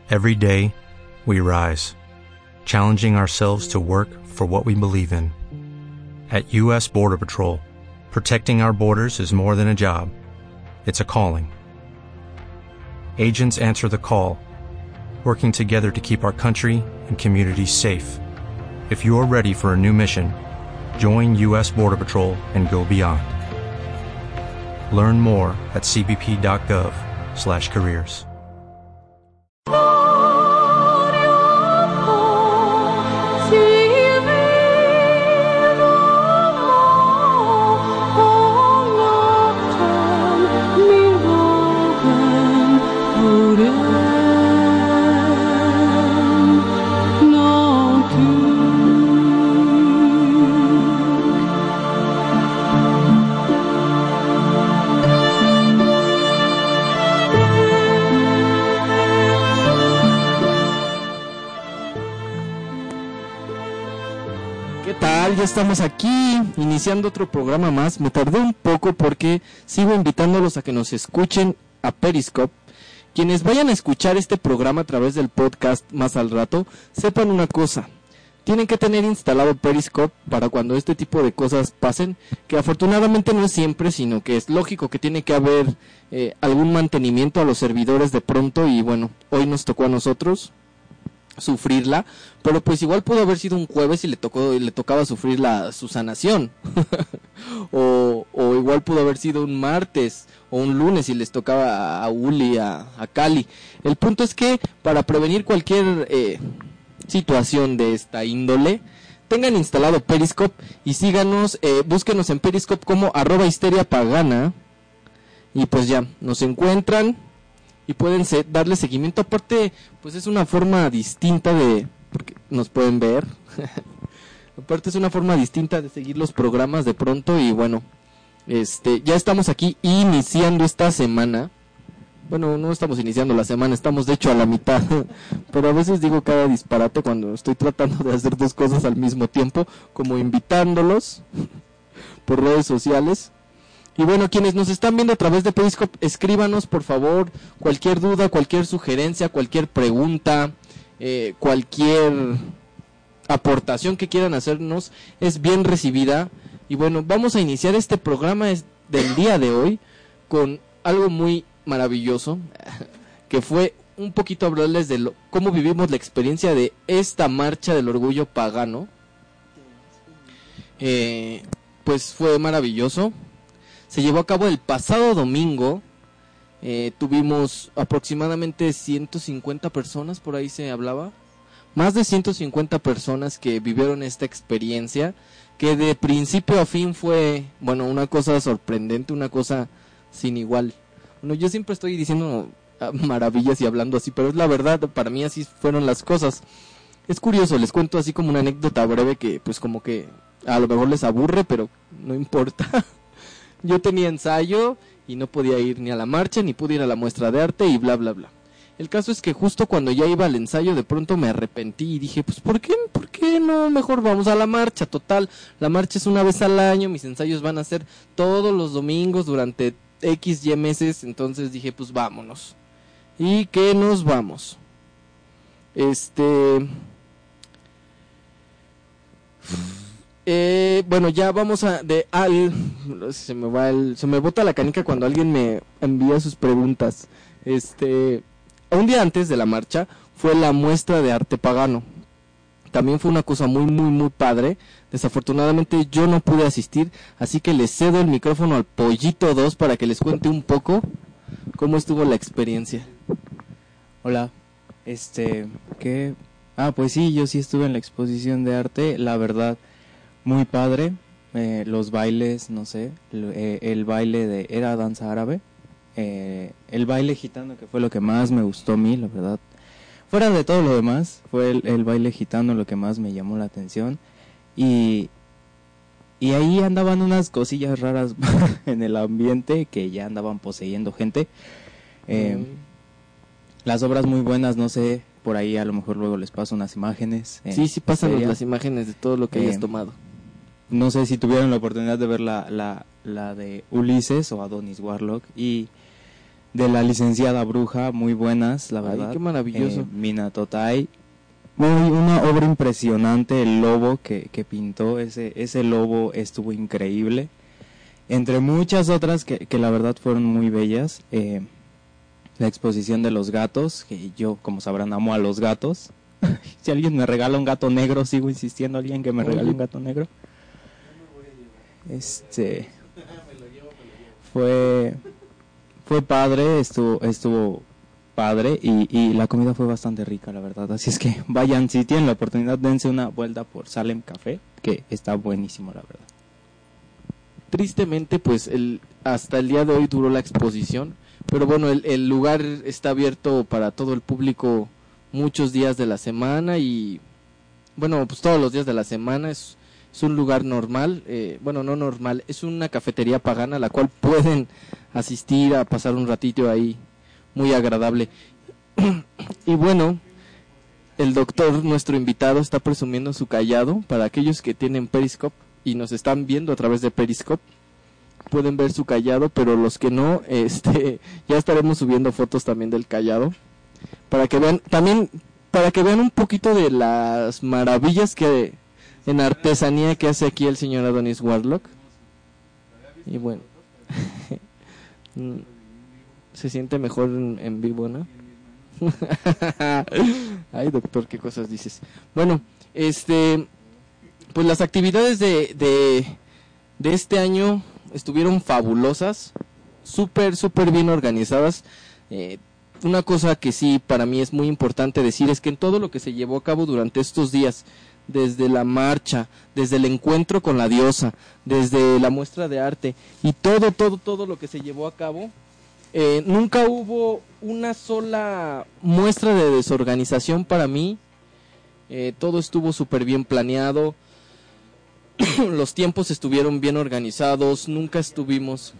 Every day, we rise, challenging ourselves to work for what we believe in. At U.S. Border Patrol, protecting our borders is more than a job. It's a calling. Agents answer the call, working together to keep our country and communities safe. If you are ready for a new mission, join U.S. Border Patrol and go beyond. Learn more at cbp.gov/careers. Ya estamos aquí, iniciando otro programa más. Me tardé un poco porque sigo invitándolos a que nos escuchen a Periscope. Quienes vayan a escuchar este programa a través del podcast más al rato, sepan una cosa. Tienen que tener instalado Periscope para cuando este tipo de cosas pasen, que afortunadamente no es siempre, sino que es lógico que tiene que haber algún mantenimiento a los servidores de pronto, y bueno, hoy nos tocó a nosotros sufrirla, pero pues igual pudo haber sido un jueves y le tocaba sufrir su sanación o igual pudo haber sido un martes o un lunes y les tocaba a Uli, a Cali. El punto es que para prevenir cualquier situación de esta índole, tengan instalado Periscope y síganos, búsquenos en Periscope como @histeriapagana y pues ya, nos encuentran y pueden darle seguimiento. Aparte, pues es una forma distinta porque nos pueden ver. Aparte es una forma distinta de seguir los programas de pronto. Y bueno, ya estamos aquí iniciando esta semana. Bueno, no estamos iniciando la semana, estamos de hecho a la mitad. Pero a veces digo cada disparate cuando estoy tratando de hacer dos cosas al mismo tiempo, como invitándolos por redes sociales. Y bueno, quienes nos están viendo a través de Periscope, escríbanos por favor cualquier duda, cualquier sugerencia, cualquier pregunta, cualquier aportación que quieran hacernos es bien recibida. Y bueno, vamos a iniciar este programa del día de hoy con algo muy maravilloso, que fue un poquito hablarles de cómo vivimos la experiencia de esta marcha del orgullo pagano. Pues fue maravilloso. Se llevó a cabo el pasado domingo, tuvimos aproximadamente 150 personas, por ahí se hablaba, más de 150 personas que vivieron esta experiencia, que de principio a fin fue, bueno, una cosa sorprendente, una cosa sin igual. Bueno, yo siempre estoy diciendo maravillas y hablando así, pero es la verdad, para mí así fueron las cosas. Es curioso, les cuento así como una anécdota breve que pues como que a lo mejor les aburre, pero no importa. Yo tenía ensayo y no podía ir ni a la marcha, ni pude ir a la muestra de arte y bla, bla, bla. El caso es que justo cuando ya iba al ensayo, de pronto me arrepentí y dije, pues, ¿por qué no? Mejor vamos a la marcha, total. La marcha es una vez al año, mis ensayos van a ser todos los domingos durante XY meses, entonces dije, pues, vámonos. ¿Y qué nos vamos? Bueno, ya vamos se me bota la canica cuando alguien me envía sus preguntas. Un día antes de la marcha fue la muestra de arte pagano. También fue una cosa muy, muy, muy padre. Desafortunadamente yo no pude asistir, así que les cedo el micrófono al Pollito 2 para que les cuente un poco cómo estuvo la experiencia. Hola, ¿qué? Pues sí, yo sí estuve en la exposición de arte, la verdad, muy padre. Los bailes, no sé, el baile era danza árabe, el baile gitano, que fue lo que más me gustó a mí, la verdad. Fuera de todo lo demás, fue el baile gitano lo que más me llamó la atención. Y ahí andaban unas cosillas raras en el ambiente que ya andaban poseyendo gente. Las obras muy buenas, no sé, por ahí a lo mejor luego les paso unas imágenes. Sí, pásanos las imágenes de todo lo que hayas tomado. No sé si tuvieron la oportunidad de ver la de Ulises o Adonis Warlock. Y de la licenciada Bruja, muy buenas, la verdad. Ay, qué maravilloso. Minatotai, una obra impresionante, el lobo que pintó, ese lobo estuvo increíble. Entre muchas otras que la verdad fueron muy bellas. La exposición de los gatos, que yo, como sabrán, amo a los gatos. Si alguien me regala un gato negro, sigo insistiendo a alguien que me regale un gato negro. Fue padre, estuvo padre y la comida fue bastante rica, la verdad. Así es que vayan, si tienen la oportunidad, dense una vuelta por Salem Café, que está buenísimo, la verdad. Tristemente, pues hasta el día de hoy duró la exposición, pero bueno, el lugar está abierto para todo el público muchos días de la semana y bueno, pues todos los días de la semana. Es un lugar normal, bueno, no normal, es una cafetería pagana a la cual pueden asistir a pasar un ratito ahí muy agradable. Y bueno, el doctor, nuestro invitado, está presumiendo su cayado. Para aquellos que tienen Periscope y nos están viendo a través de Periscope, pueden ver su cayado, pero los que no, ya estaremos subiendo fotos también del cayado para que vean también, para que vean un poquito de las maravillas que en artesanía que hace aquí el señor Adonis Warlock. Y bueno, se siente mejor en vivo, ¿no? Ay, doctor, qué cosas dices. Bueno, pues las actividades de este año estuvieron fabulosas, súper bien organizadas. Una cosa que sí para mí es muy importante decir es que en todo lo que se llevó a cabo durante estos días, desde la marcha, desde el encuentro con la diosa, desde la muestra de arte y todo lo que se llevó a cabo, nunca hubo una sola muestra de desorganización para mí. Todo estuvo súper bien planeado. Los tiempos estuvieron bien organizados. Nunca estuvimos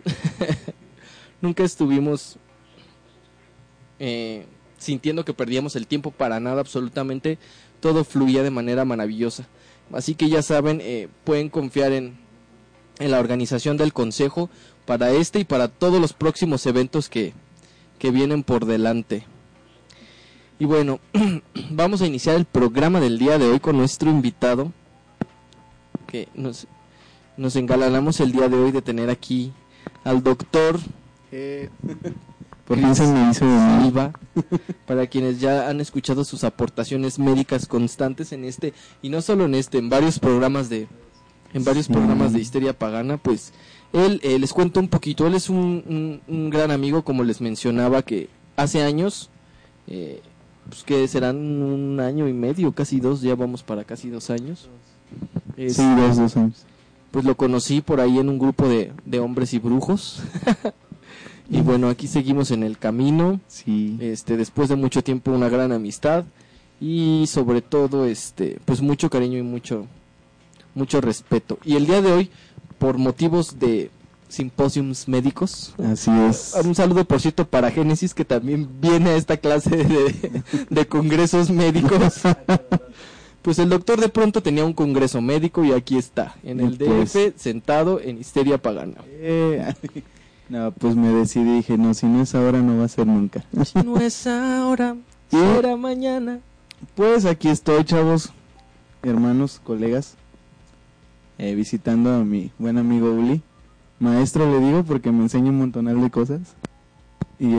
sintiendo que perdíamos el tiempo para nada, absolutamente. Todo fluía de manera maravillosa. Así que ya saben, pueden confiar en la organización del consejo para y para todos los próximos eventos que vienen por delante. Y bueno, vamos a iniciar el programa del día de hoy con nuestro invitado, que nos engalanamos el día de hoy de tener aquí al doctor Por fin se me hizo Silva, para quienes ya han escuchado sus aportaciones médicas constantes y no solo en varios programas de Histeria Pagana. Pues él, les cuento un poquito. Él es un gran amigo, como les mencionaba, que hace años, pues que serán 1 año y medio, casi 2, ya vamos para casi 2 años. Sí, 2 años. Pues lo conocí por ahí en un grupo de hombres y brujos. Y bueno, aquí seguimos en el camino. Sí. Después de mucho tiempo, una gran amistad y sobre todo pues mucho cariño y mucho respeto. Y el día de hoy, por motivos de simposiums médicos, así es. Un saludo, por cierto, para Génesis, que también viene a esta clase de congresos médicos. Pues el doctor de pronto tenía un congreso médico y aquí está, en el DF, sentado en Histeria Pagana. No, pues me decidí, dije, no, si no es ahora, no va a ser nunca. Si no es ahora, será mañana. Pues aquí estoy, chavos, hermanos, colegas, visitando a mi buen amigo Uli. Maestro le digo porque me enseña un montonal de cosas. Y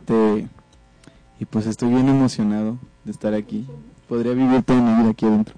y pues estoy bien emocionado de estar aquí. Podría vivir toda mi vida aquí adentro.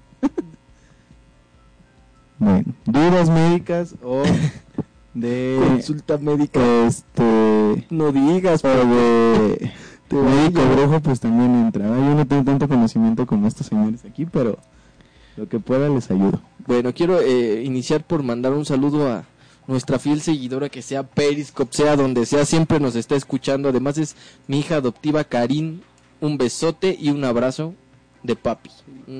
Bueno, dudas médicas o de consulta médica, no digas, o de médico brujo, pues también entra. Yo no tengo tanto conocimiento como estos señores aquí, pero lo que pueda les ayudo. Bueno, quiero iniciar por mandar un saludo a nuestra fiel seguidora, que sea Periscope, sea donde sea, siempre nos está escuchando. Además es mi hija adoptiva Karin. Un besote y un abrazo de papi.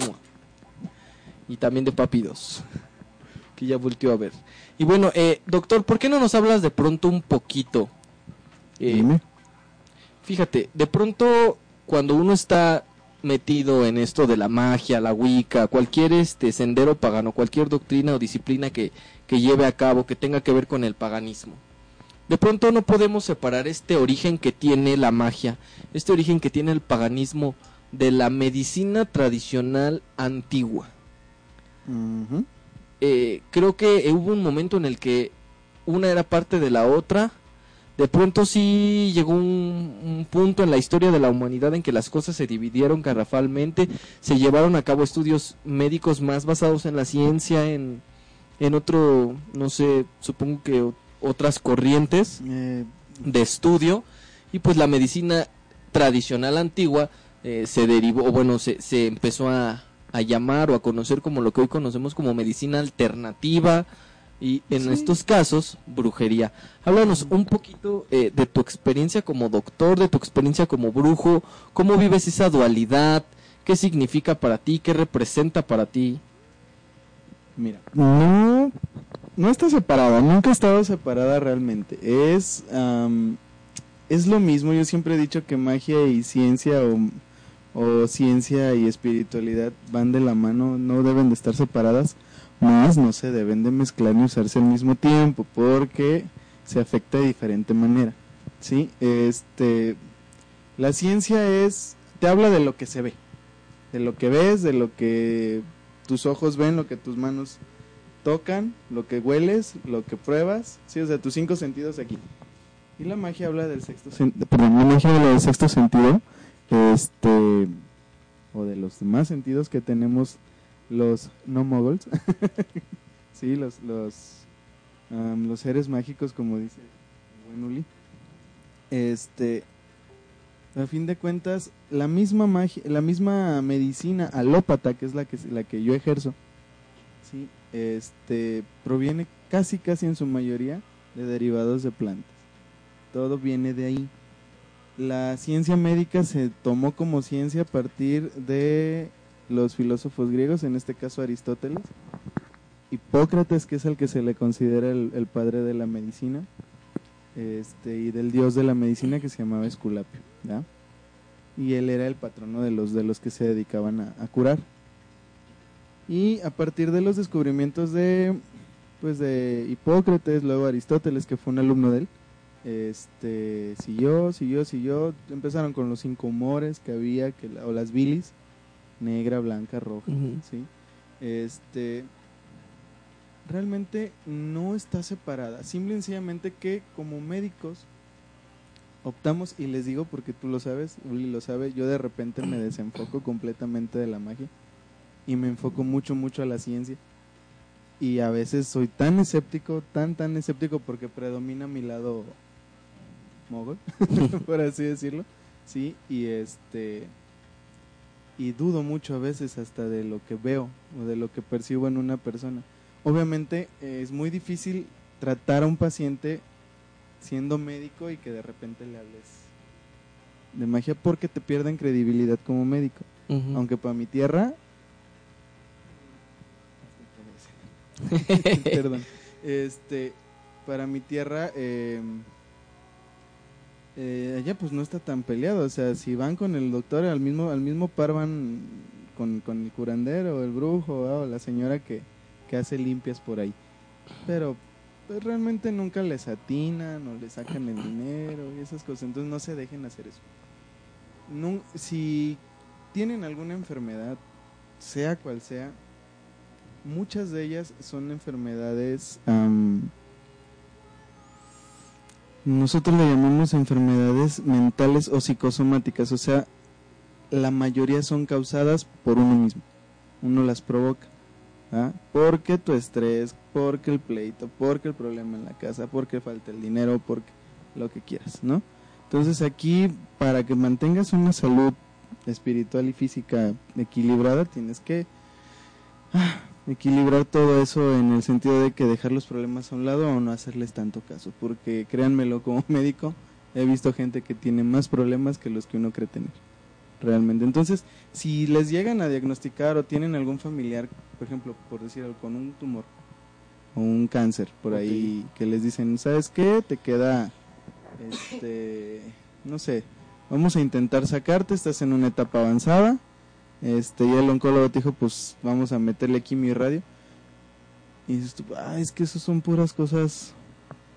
Y también de papi 2, que ya volteó a ver. Y bueno, doctor, ¿por qué no nos hablas de pronto un poquito? Dime. Fíjate, de pronto cuando uno está metido en esto de la magia, la Wicca, cualquier sendero pagano, cualquier doctrina o disciplina que lleve a cabo, que tenga que ver con el paganismo, de pronto no podemos separar este origen que tiene la magia, este origen que tiene el paganismo de la medicina tradicional antigua. Uh-huh. Creo que hubo un momento en el que una era parte de la otra. De pronto sí llegó un punto en la historia de la humanidad en que las cosas se dividieron garrafalmente, se llevaron a cabo estudios médicos más basados en la ciencia, en otro, no sé, supongo que otras corrientes de estudio, y pues la medicina tradicional antigua se derivó, o bueno, se empezó a llamar o a conocer como lo que hoy conocemos como medicina alternativa, y en estos casos, brujería. Háblanos un poquito de tu experiencia como doctor, de tu experiencia como brujo, cómo vives esa dualidad, qué significa para ti, qué representa para ti. Mira, no está separada, nunca ha estado separada realmente. Es lo mismo. Yo siempre he dicho que magia y ciencia o ciencia y espiritualidad van de la mano, no deben de estar separadas, más no se deben de mezclar ni usarse al mismo tiempo porque se afecta de diferente manera. ¿Sí? La ciencia te habla de lo que se ve, de lo que ves, de lo que tus ojos ven, lo que tus manos tocan, lo que hueles, lo que pruebas, sí, o sea, tus 5 sentidos aquí. Y la magia habla del sexto sentido, o de los demás sentidos que tenemos los no moguls. Sí, los seres mágicos, como dice el buen Uli. A fin de cuentas, la misma magia, la misma medicina alópata, que es la que yo ejerzo, sí, proviene casi en su mayoría de derivados de plantas. Todo viene de ahí. La ciencia médica se tomó como ciencia a partir de los filósofos griegos, en este caso Aristóteles, Hipócrates, que es el que se le considera el padre de la medicina, y del dios de la medicina, que se llamaba Esculapio, ¿ya? Y él era el patrono de los que se dedicaban a curar. Y a partir de los descubrimientos de Hipócrates, luego Aristóteles, que fue un alumno de él, siguió, empezaron con los 5 humores que había, o las bilis, negra, blanca, roja, Uh-huh. ¿sí? Realmente no está separada, simple y sencillamente que como médicos optamos, y les digo porque tú lo sabes, Uli lo sabe, yo de repente me desenfoco completamente de la magia y me enfoco mucho a la ciencia, y a veces soy tan escéptico, tan escéptico, porque predomina mi lado mogol, por así decirlo, sí, y dudo mucho a veces hasta de lo que veo o de lo que percibo en una persona. Obviamente es muy difícil tratar a un paciente siendo médico y que de repente le hables de magia, porque te pierden credibilidad como médico. Uh-huh. Aunque para mi tierra perdón, para mi tierra allá pues no está tan peleado, o sea, si van con el doctor al mismo par van con el curandero, el brujo, o la señora que hace limpias por ahí, pero pues realmente nunca les atinan o les sacan el dinero y esas cosas, entonces no se dejen hacer eso. Si tienen alguna enfermedad, sea cual sea, muchas de ellas son enfermedades, nosotros le llamamos enfermedades mentales o psicosomáticas, o sea, la mayoría son causadas por uno mismo, uno las provoca, ¿ah? Porque tu estrés, porque el pleito, porque el problema en la casa, porque falta el dinero, porque lo que quieras, ¿no? Entonces aquí, para que mantengas una salud espiritual y física equilibrada, tienes que equilibrar todo eso, en el sentido de que dejar los problemas a un lado o no hacerles tanto caso, porque créanmelo, como médico he visto gente que tiene más problemas que los que uno cree tener realmente. Entonces, si les llegan a diagnosticar o tienen algún familiar, por ejemplo, por decir algo, con un tumor o un cáncer por ahí, que les dicen, ¿sabes qué? Te queda, no sé, vamos a intentar sacarte, estás en una etapa avanzada, y el oncólogo te dijo, pues vamos a meterle quimio y radio, y dices tú, es que eso son puras cosas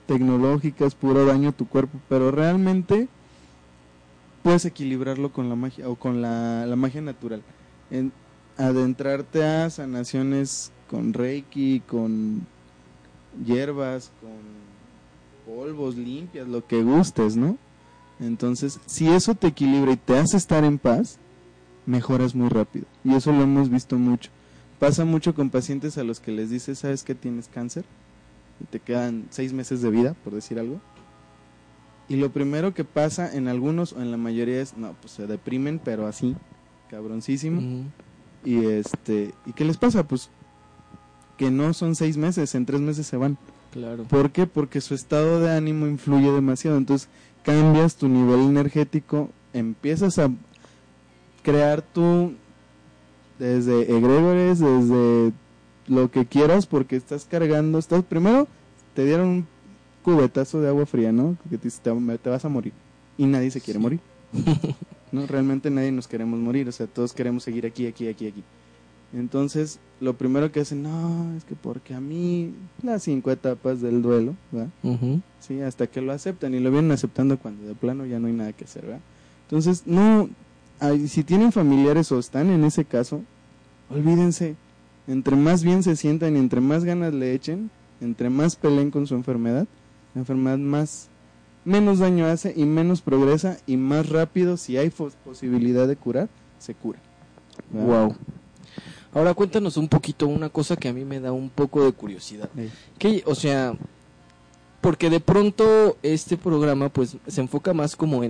tecnológicas, puro daño a tu cuerpo, pero realmente puedes equilibrarlo con la magia o con la magia natural. Adentrarte a sanaciones con Reiki, con hierbas, con polvos limpias, lo que gustes, ¿no? Entonces, si eso te equilibra y te hace estar en paz, mejoras muy rápido. Y eso lo hemos visto mucho. Pasa mucho con pacientes a los que les dices, ¿sabes que tienes cáncer? Y te quedan 6 meses de vida, por decir algo. Y lo primero que pasa en algunos o en la mayoría es, no, pues se deprimen, pero así, cabroncísimo. Y ¿y qué les pasa? Pues que no son 6 meses, en 3 meses se van. Claro. ¿Por qué? Porque su estado de ánimo influye demasiado. Entonces cambias tu nivel energético, empiezas a crear tú desde egregores, desde lo que quieras, porque estás cargando, primero te dieron un cubetazo de agua fría, ¿no? Que te vas a morir. Y nadie se quiere morir. No, realmente nadie nos queremos morir, o sea, todos queremos seguir aquí. Entonces, lo primero que hacen, no, es que porque a mí las 5 etapas del duelo, ¿verdad? Sí, hasta que lo aceptan y lo vienen aceptando cuando de plano ya no hay nada que hacer, ¿verdad? Entonces, si tienen familiares o están en ese caso, olvídense, entre más bien se sientan y entre más ganas le echen, entre más peleen con su enfermedad, la enfermedad menos daño hace y menos progresa y más rápido, si hay posibilidad de curar, se cura. ¿Verdad? Wow. Ahora cuéntanos un poquito una cosa que a mí me da un poco de curiosidad. O sea, porque de pronto este programa pues se enfoca más como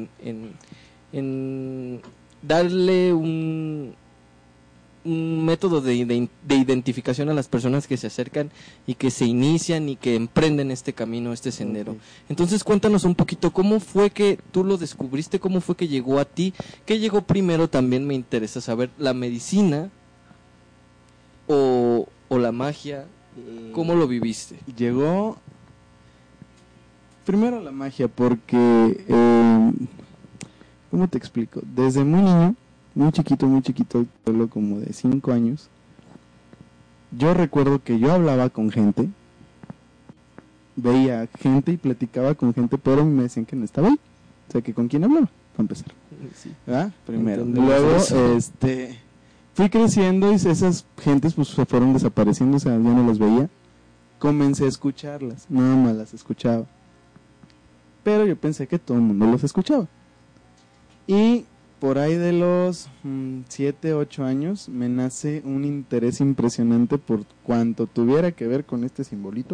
en darle un método de identificación a las personas que se acercan y que se inician y que emprenden este camino, este sendero. Okay. Entonces cuéntanos un poquito, ¿cómo fue que tú lo descubriste? ¿Cómo fue que llegó a ti? ¿Qué llegó primero? También me interesa saber, ¿la medicina o la magia? ¿Cómo lo viviste? Llegó primero la magia porque, ¿cómo te explico? Desde muy niño, muy chiquito, solo como de 5 años, yo recuerdo que yo hablaba con gente, veía gente y platicaba con gente, pero me decían que no estaba ahí. O sea, que con quién hablaba, para empezar. Sí. ¿Ah? Primero. Luego, fui creciendo y esas gentes pues se fueron desapareciendo, o sea, ya no las veía. Comencé a escucharlas, nada más las escuchaba. Pero yo pensé que todo el mundo los escuchaba. Y por ahí de los 7, 8 años me nace un interés impresionante por cuanto tuviera que ver con este simbolito,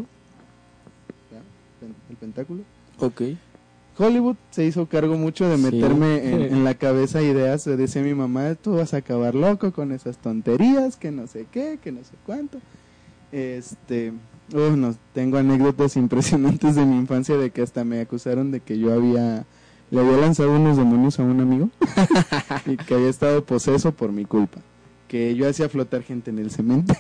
el pentáculo. Ok. Hollywood se hizo cargo mucho de meterme en la cabeza ideas. Decía mi mamá, tú vas a acabar loco con esas tonterías, que no sé qué, que no sé cuánto. Tengo anécdotas impresionantes de mi infancia de que hasta me acusaron de que le había lanzado unos demonios a un amigo y que había estado poseso por mi culpa, que yo hacía flotar gente en el cementerio.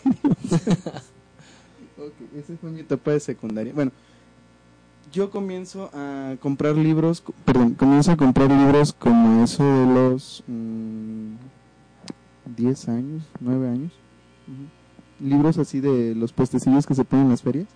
Okay, esa fue mi etapa de secundaria. Bueno, yo comienzo a comprar libros como eso de los 10 años, 9 años. Libros así de los puestecillos que se ponen en las ferias.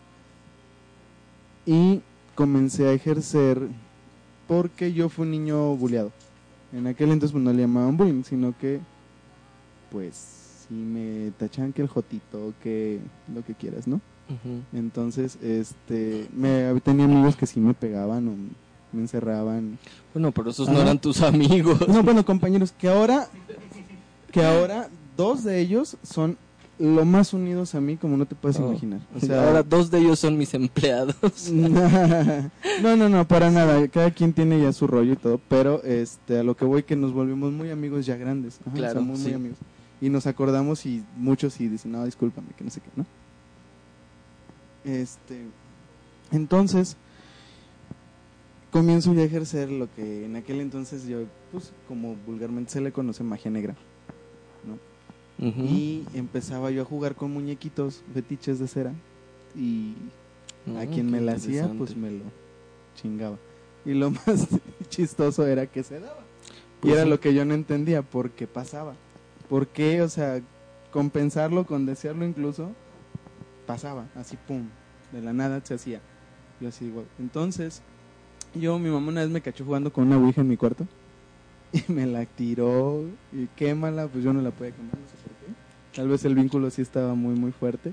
Y comencé a ejercer porque yo fui un niño buleado. En aquel entonces pues no le llamaban bullying, sino que pues si me tachaban que el jotito, que lo que quieras, ¿no? Entonces, tenía amigos que sí me pegaban o me encerraban. Bueno, pero esos no eran tus amigos. No, bueno, compañeros, que ahora 2 de ellos son lo más unidos a mí como no te puedes imaginar. O sea, ahora 2 de ellos son mis empleados. No, para nada. Cada quien tiene ya su rollo y todo, pero a lo que voy que nos volvimos muy amigos ya grandes. Ajá, claro, somos muy amigos. Y nos acordamos y muchos sí dicen, no, discúlpame, que no sé qué, ¿no? Entonces comienzo ya a ejercer lo que en aquel entonces yo, pues como vulgarmente se le conoce, magia negra, ¿no? Y empezaba yo a jugar con muñequitos, fetiches de cera, y a quien me la hacía pues me lo chingaba. Y lo más chistoso era que se daba, pues y era lo que yo no entendía, ¿por qué pasaba? ¿Por qué? O sea, compensarlo con desearlo incluso pasaba, así pum, de la nada se hacía. Yo así igual. Entonces, mi mamá una vez me cachó jugando con una ouija en mi cuarto y me la tiró y quémala, pues yo no la podía quemar, no sé por qué. Tal vez el vínculo sí estaba muy muy fuerte.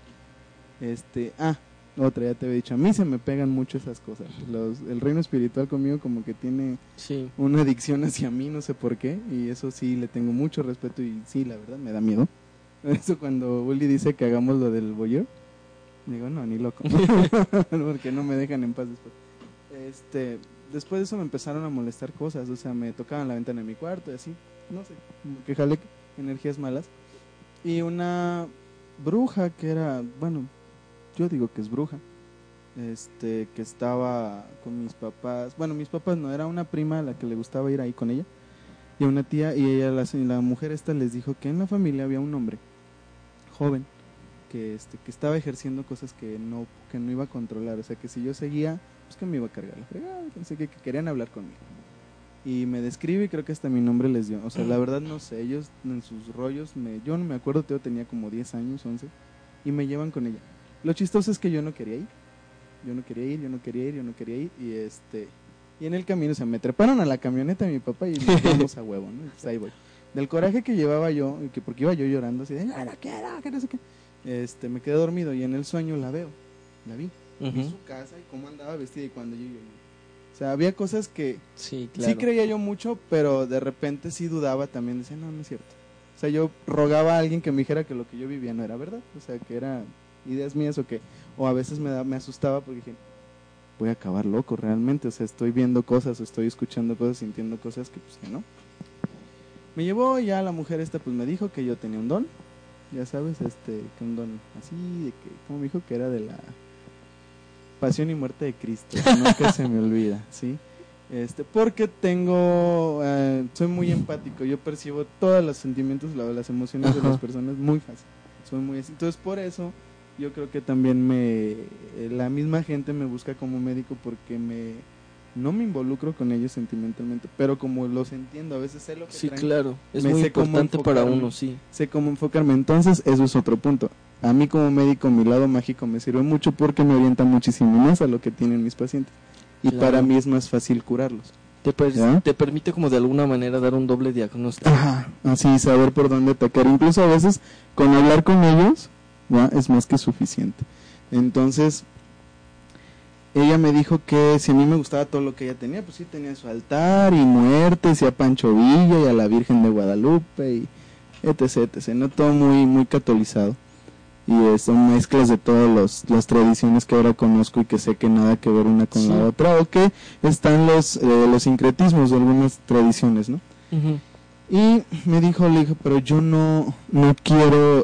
Otra, ya te había dicho, a mí se me pegan mucho esas cosas. El reino espiritual conmigo como que tiene una adicción hacia mí, no sé por qué, y eso sí le tengo mucho respeto y sí, la verdad me da miedo. Eso cuando Uli dice que hagamos lo del voyeur, digo, no, ni loco, porque no me dejan en paz después. Después de eso me empezaron a molestar cosas, o sea, me tocaban la ventana de mi cuarto y así, no sé, como que jalé energías malas. Y una bruja que era, bueno, yo digo que es bruja, que estaba con mis papás, bueno, mis papás no, era una prima a la que le gustaba ir ahí con ella, y una tía, y ella, la mujer esta les dijo que en la familia había un hombre joven, que estaba ejerciendo cosas que no iba a controlar, o sea, que si yo seguía, pues que me iba a cargar la fregada, que querían hablar conmigo. Y me describe y creo que hasta mi nombre les dio, o sea, la verdad no sé, ellos en sus rollos, yo no me acuerdo, yo tenía como 10 años, 11, y me llevan con ella. Lo chistoso es que yo no quería ir, y en el camino, o sea, me treparon a la camioneta de mi papá y nos fuimos a huevo, ¿no? Pues ahí voy. Del coraje que llevaba yo, porque iba yo llorando así de, no quiero, que no sé qué, me quedé dormido y en el sueño la vi, vi su casa y cómo andaba vestida y cuando yo, o sea, había cosas que sí creía yo mucho, pero de repente sí dudaba también, decía, no es cierto. O sea, yo rogaba a alguien que me dijera que lo que yo vivía no era verdad, o sea, que era ideas mías o a veces me asustaba porque dije, voy a acabar loco realmente, o sea, estoy viendo cosas o estoy escuchando cosas, sintiendo cosas que pues que no. Me llevó y ya la mujer esta pues me dijo que yo tenía un don, ya sabes, que un don así, de que, como me dijo que era de la pasión y muerte de Cristo, nunca se me olvida, ¿sí? Porque soy muy empático, yo percibo todos los sentimientos, las emociones de las personas muy fácil, soy muy así, entonces por eso yo creo que también la misma gente me busca como médico porque no me involucro con ellos sentimentalmente, pero como los entiendo, a veces sé lo que traen. Sí, claro, es muy importante para uno, sí. Sé cómo enfocarme, entonces eso es otro punto. A mí como médico mi lado mágico me sirve mucho porque me orienta muchísimo más a lo que tienen mis pacientes y para mí es más fácil curarlos. Te permite como de alguna manera dar un doble diagnóstico. Ajá, así saber por dónde atacar, incluso a veces con hablar con ellos ¿ya? Es más que suficiente. Entonces ella me dijo que si a mí me gustaba todo lo que ella tenía, pues sí tenía su altar y muertes y a Pancho Villa y a la Virgen de Guadalupe y etc, no todo muy muy catolizado y son mezclas de todas las tradiciones que ahora conozco y que sé que nada que ver una con la otra, o que están los sincretismos de algunas tradiciones, ¿no? Y me dijo, le dije, pero yo no quiero,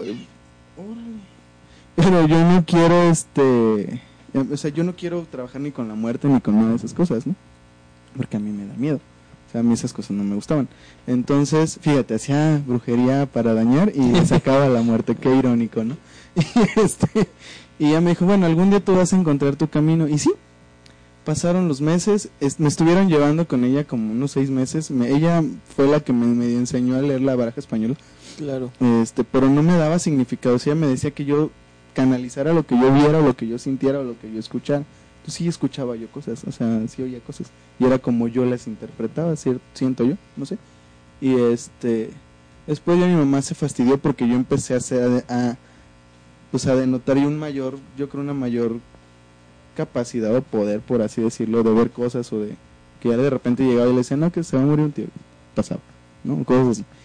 o sea, yo no quiero trabajar ni con la muerte ni con nada de esas cosas, ¿no? Porque a mí me da miedo. O sea, a mí esas cosas no me gustaban. Entonces, fíjate, hacía brujería para dañar y sacaba la muerte. Qué irónico, ¿no? Y ella me dijo, bueno, algún día tú vas a encontrar tu camino. Y sí, pasaron los meses, me estuvieron llevando con ella como unos 6 meses. Ella fue la que me enseñó a leer la baraja española. Claro. Pero no me daba significado. O sea, ella me decía que yo canalizara lo que yo viera, o lo que yo sintiera, o lo que yo escuchara. Entonces sí escuchaba yo cosas, o sea, sí oía cosas. Y era como yo las interpretaba, siento yo, no sé. Y después ya mi mamá se fastidió porque yo empecé a denotar yo creo una mayor capacidad o poder, por así decirlo, de ver cosas, o de que ya de repente llegaba y le decía, no, que se va a morir un tío. Pasaba, ¿no? Cosas así.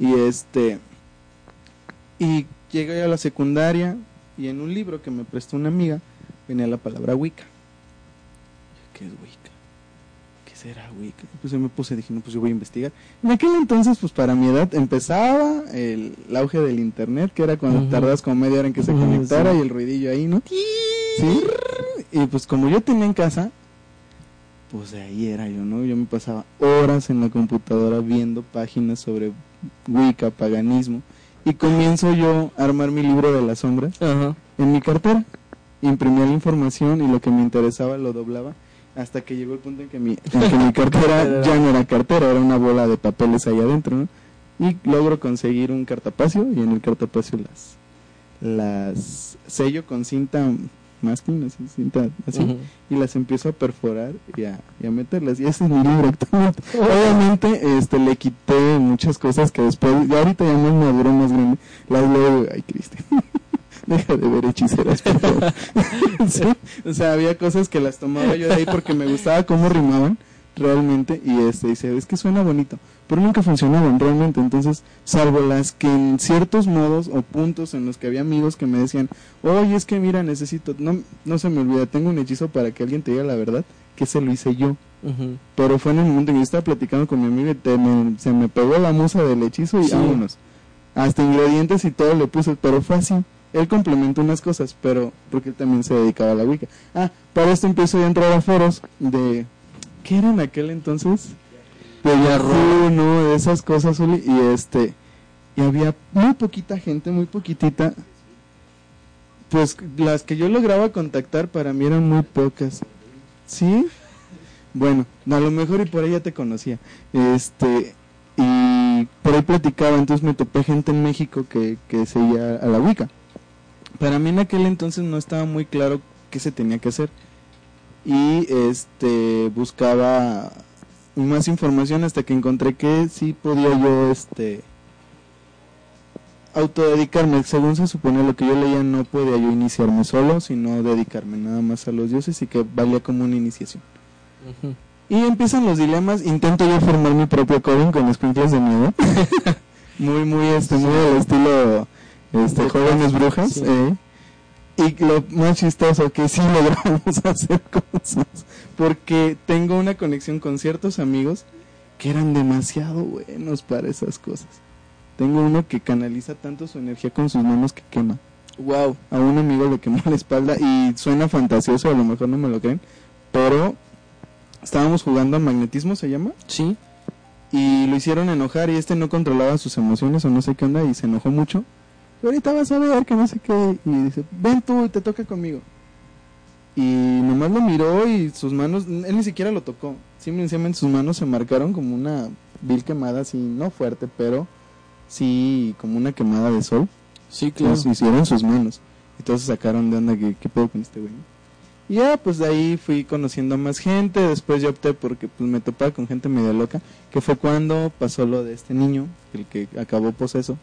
Y llegué a la secundaria y en un libro que me prestó una amiga venía la palabra Wicca. ¿Qué es Wicca? ¿Qué será Wicca? Pues yo me puse, dije, no, pues yo voy a investigar. En aquel entonces, pues para mi edad, empezaba el auge del internet, que era cuando tardabas como media hora en que se conectara y el ruidillo ahí, ¿no? Sí. Y pues como yo tenía en casa, pues de ahí era yo, ¿no? Yo me pasaba horas en la computadora viendo páginas sobre Wicca, paganismo, y comienzo yo a armar mi libro de las sombras en mi cartera. Imprimía la información y lo que me interesaba lo doblaba, hasta que llegó el punto en que mi cartera ya no era cartera, era una bola de papeles ahí adentro, ¿no? Y logro conseguir un cartapacio, y en el cartapacio las sello con cinta masking, así, cinta, así, Ujú. y las empiezo a perforar y a meterlas, y ese es mi libro actualmente. Obviamente, le quité muchas cosas que después, ya ahorita ya más maduro, más grande, las leo, ay, Cristian, deja de ver hechiceras, por favor. Sí, o sea, había cosas que las tomaba yo de ahí porque me gustaba cómo rimaban, realmente, y dice, es que suena bonito, pero nunca funcionaban realmente. Entonces, salvo las que en ciertos modos o puntos en los que había amigos que me decían, oye, es que mira, necesito, no se me olvida, tengo un hechizo para que alguien te diga la verdad, que se lo hice yo. Ujú. Pero fue en el momento en que yo estaba platicando con mi amigo y se me pegó la musa del hechizo y Sí. vámonos. Hasta ingredientes y todo le puse, pero fue así. Él complementó unas cosas, pero porque él también se dedicaba a la Wicca. Para esto empiezo ya a entrar a foros de... ¿Qué era en aquel entonces? De Yahoo, ¿no? De esas cosas, Uli. Y había muy poquita gente, muy poquitita. Pues las que yo lograba contactar para mí eran muy pocas. ¿Sí? Bueno, a lo mejor y por ahí ya te conocía. Y por ahí platicaba, entonces me topé gente en México que seguía a la Wicca. Para mí en aquel entonces no estaba muy claro qué se tenía que hacer. Y buscaba más información hasta que encontré que sí podía yo autodedicarme. Según se supone lo que yo leía, no podía yo iniciarme solo, sino dedicarme nada más a los dioses, y que valía como una iniciación. Ujú. Y empiezan los dilemas. Intento yo formar mi propio coven con escuincles de miedo. muy al estilo jóvenes brujas. Sí. Y lo más chistoso, que sí logramos hacer cosas, porque tengo una conexión con ciertos amigos que eran demasiado buenos para esas cosas. Tengo uno que canaliza tanto su energía con sus manos que quema. Wow. A un amigo le quemó la espalda y suena fantasioso, a lo mejor no me lo creen, pero estábamos jugando a magnetismo, se llama, Sí. y lo hicieron enojar y no controlaba sus emociones o no sé qué onda y se enojó mucho. Y ahorita vas a ver que no sé qué, y dice, ven tú y te toca conmigo. Y nomás lo miró y sus manos, él ni siquiera lo tocó, simplemente sus manos se marcaron como una vil quemada, así, no fuerte, pero sí como una quemada de sol. Sí, claro. Los hicieron sus manos. Y todos se sacaron de onda, ¿qué pedo con este güey? Y ya, pues de ahí fui conociendo a más gente. Después yo opté porque pues me topaba con gente medio loca, que fue cuando pasó lo de este niño, el que acabó poseso,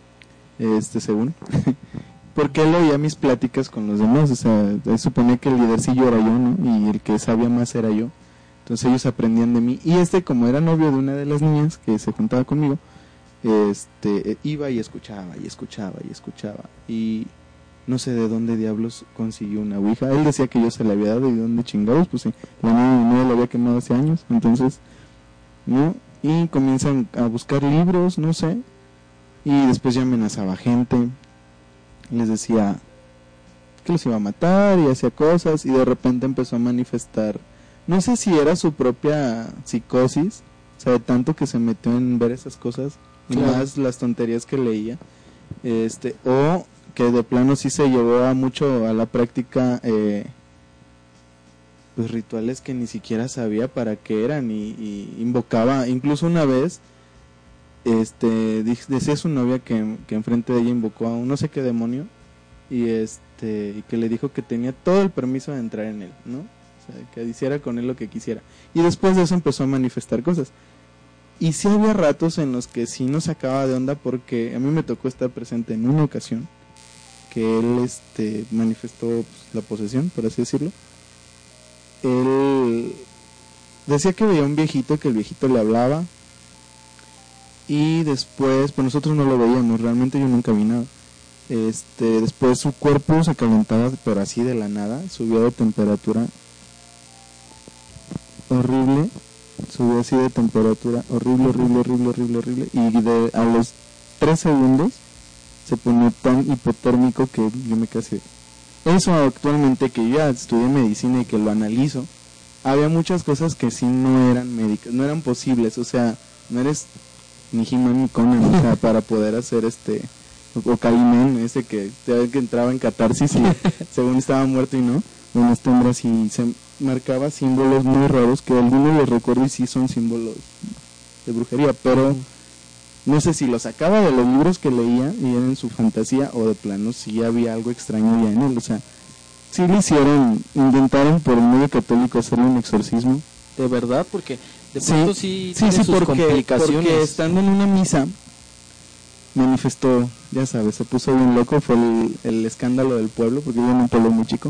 según. Porque él oía mis pláticas con los demás, o sea, él suponía que el lidercillo era yo, ¿no? Y el que sabía más era yo. Entonces ellos aprendían de mí. Y como era novio de una de las niñas que se juntaba conmigo, iba y escuchaba y escuchaba y escuchaba, y no sé de dónde diablos consiguió una ouija. Él decía que yo se la había dado, y de dónde chingados, pues sí, la niña lo había quemado hace años. Entonces, ¿no? Y comienzan a buscar libros, no sé, y después ya amenazaba gente, les decía que los iba a matar y hacía cosas, y de repente empezó a manifestar, no sé si era su propia psicosis, o sea, de tanto que se metió en ver esas cosas, Claro. más las tonterías que leía, o que de plano sí se llevó a mucho a la práctica, pues rituales que ni siquiera sabía para qué eran, y invocaba, incluso una vez, decía su novia que enfrente de ella invocó a un no sé qué demonio, y y que le dijo que tenía todo el permiso de entrar en él, ¿no? O sea, que hiciera con él lo que quisiera, y después de eso empezó a manifestar cosas. Y sí había ratos en los que sí nos sacaba de onda, porque a mí me tocó estar presente en una ocasión que él manifestó pues, la posesión, por así decirlo. Él decía que veía un viejito, que el viejito le hablaba, y después, pues nosotros no lo veíamos, realmente yo nunca vi nada. Después su cuerpo se calentaba, pero así de la nada, subió de temperatura horrible, subió así de temperatura horrible, y a los 3 segundos se pone tan hipotérmico que yo me quedé. Eso actualmente, que yo ya estudié medicina y que lo analizo, había muchas cosas que sí no eran médicas, no eran posibles, o sea, no eres ni He-Man ni Conan, o sea, para poder hacer o Calimán, que entraba en catarsis y según estaba muerto y no, bueno, este hombre así se marcaba símbolos muy raros que algunos los recuerdo y sí son símbolos de brujería, pero no sé si los sacaba de los libros que leía y era en su fantasía, o de plano sí había algo extraño ya en él. O sea, sí le hicieron, intentaron por el medio católico hacerle un exorcismo. ¿De verdad? Porque de pronto sí sí, tiene sus porque complicaciones. estando en una misa manifestó, ya sabes, se puso bien loco, fue el escándalo del pueblo, porque vive en un pueblo muy chico.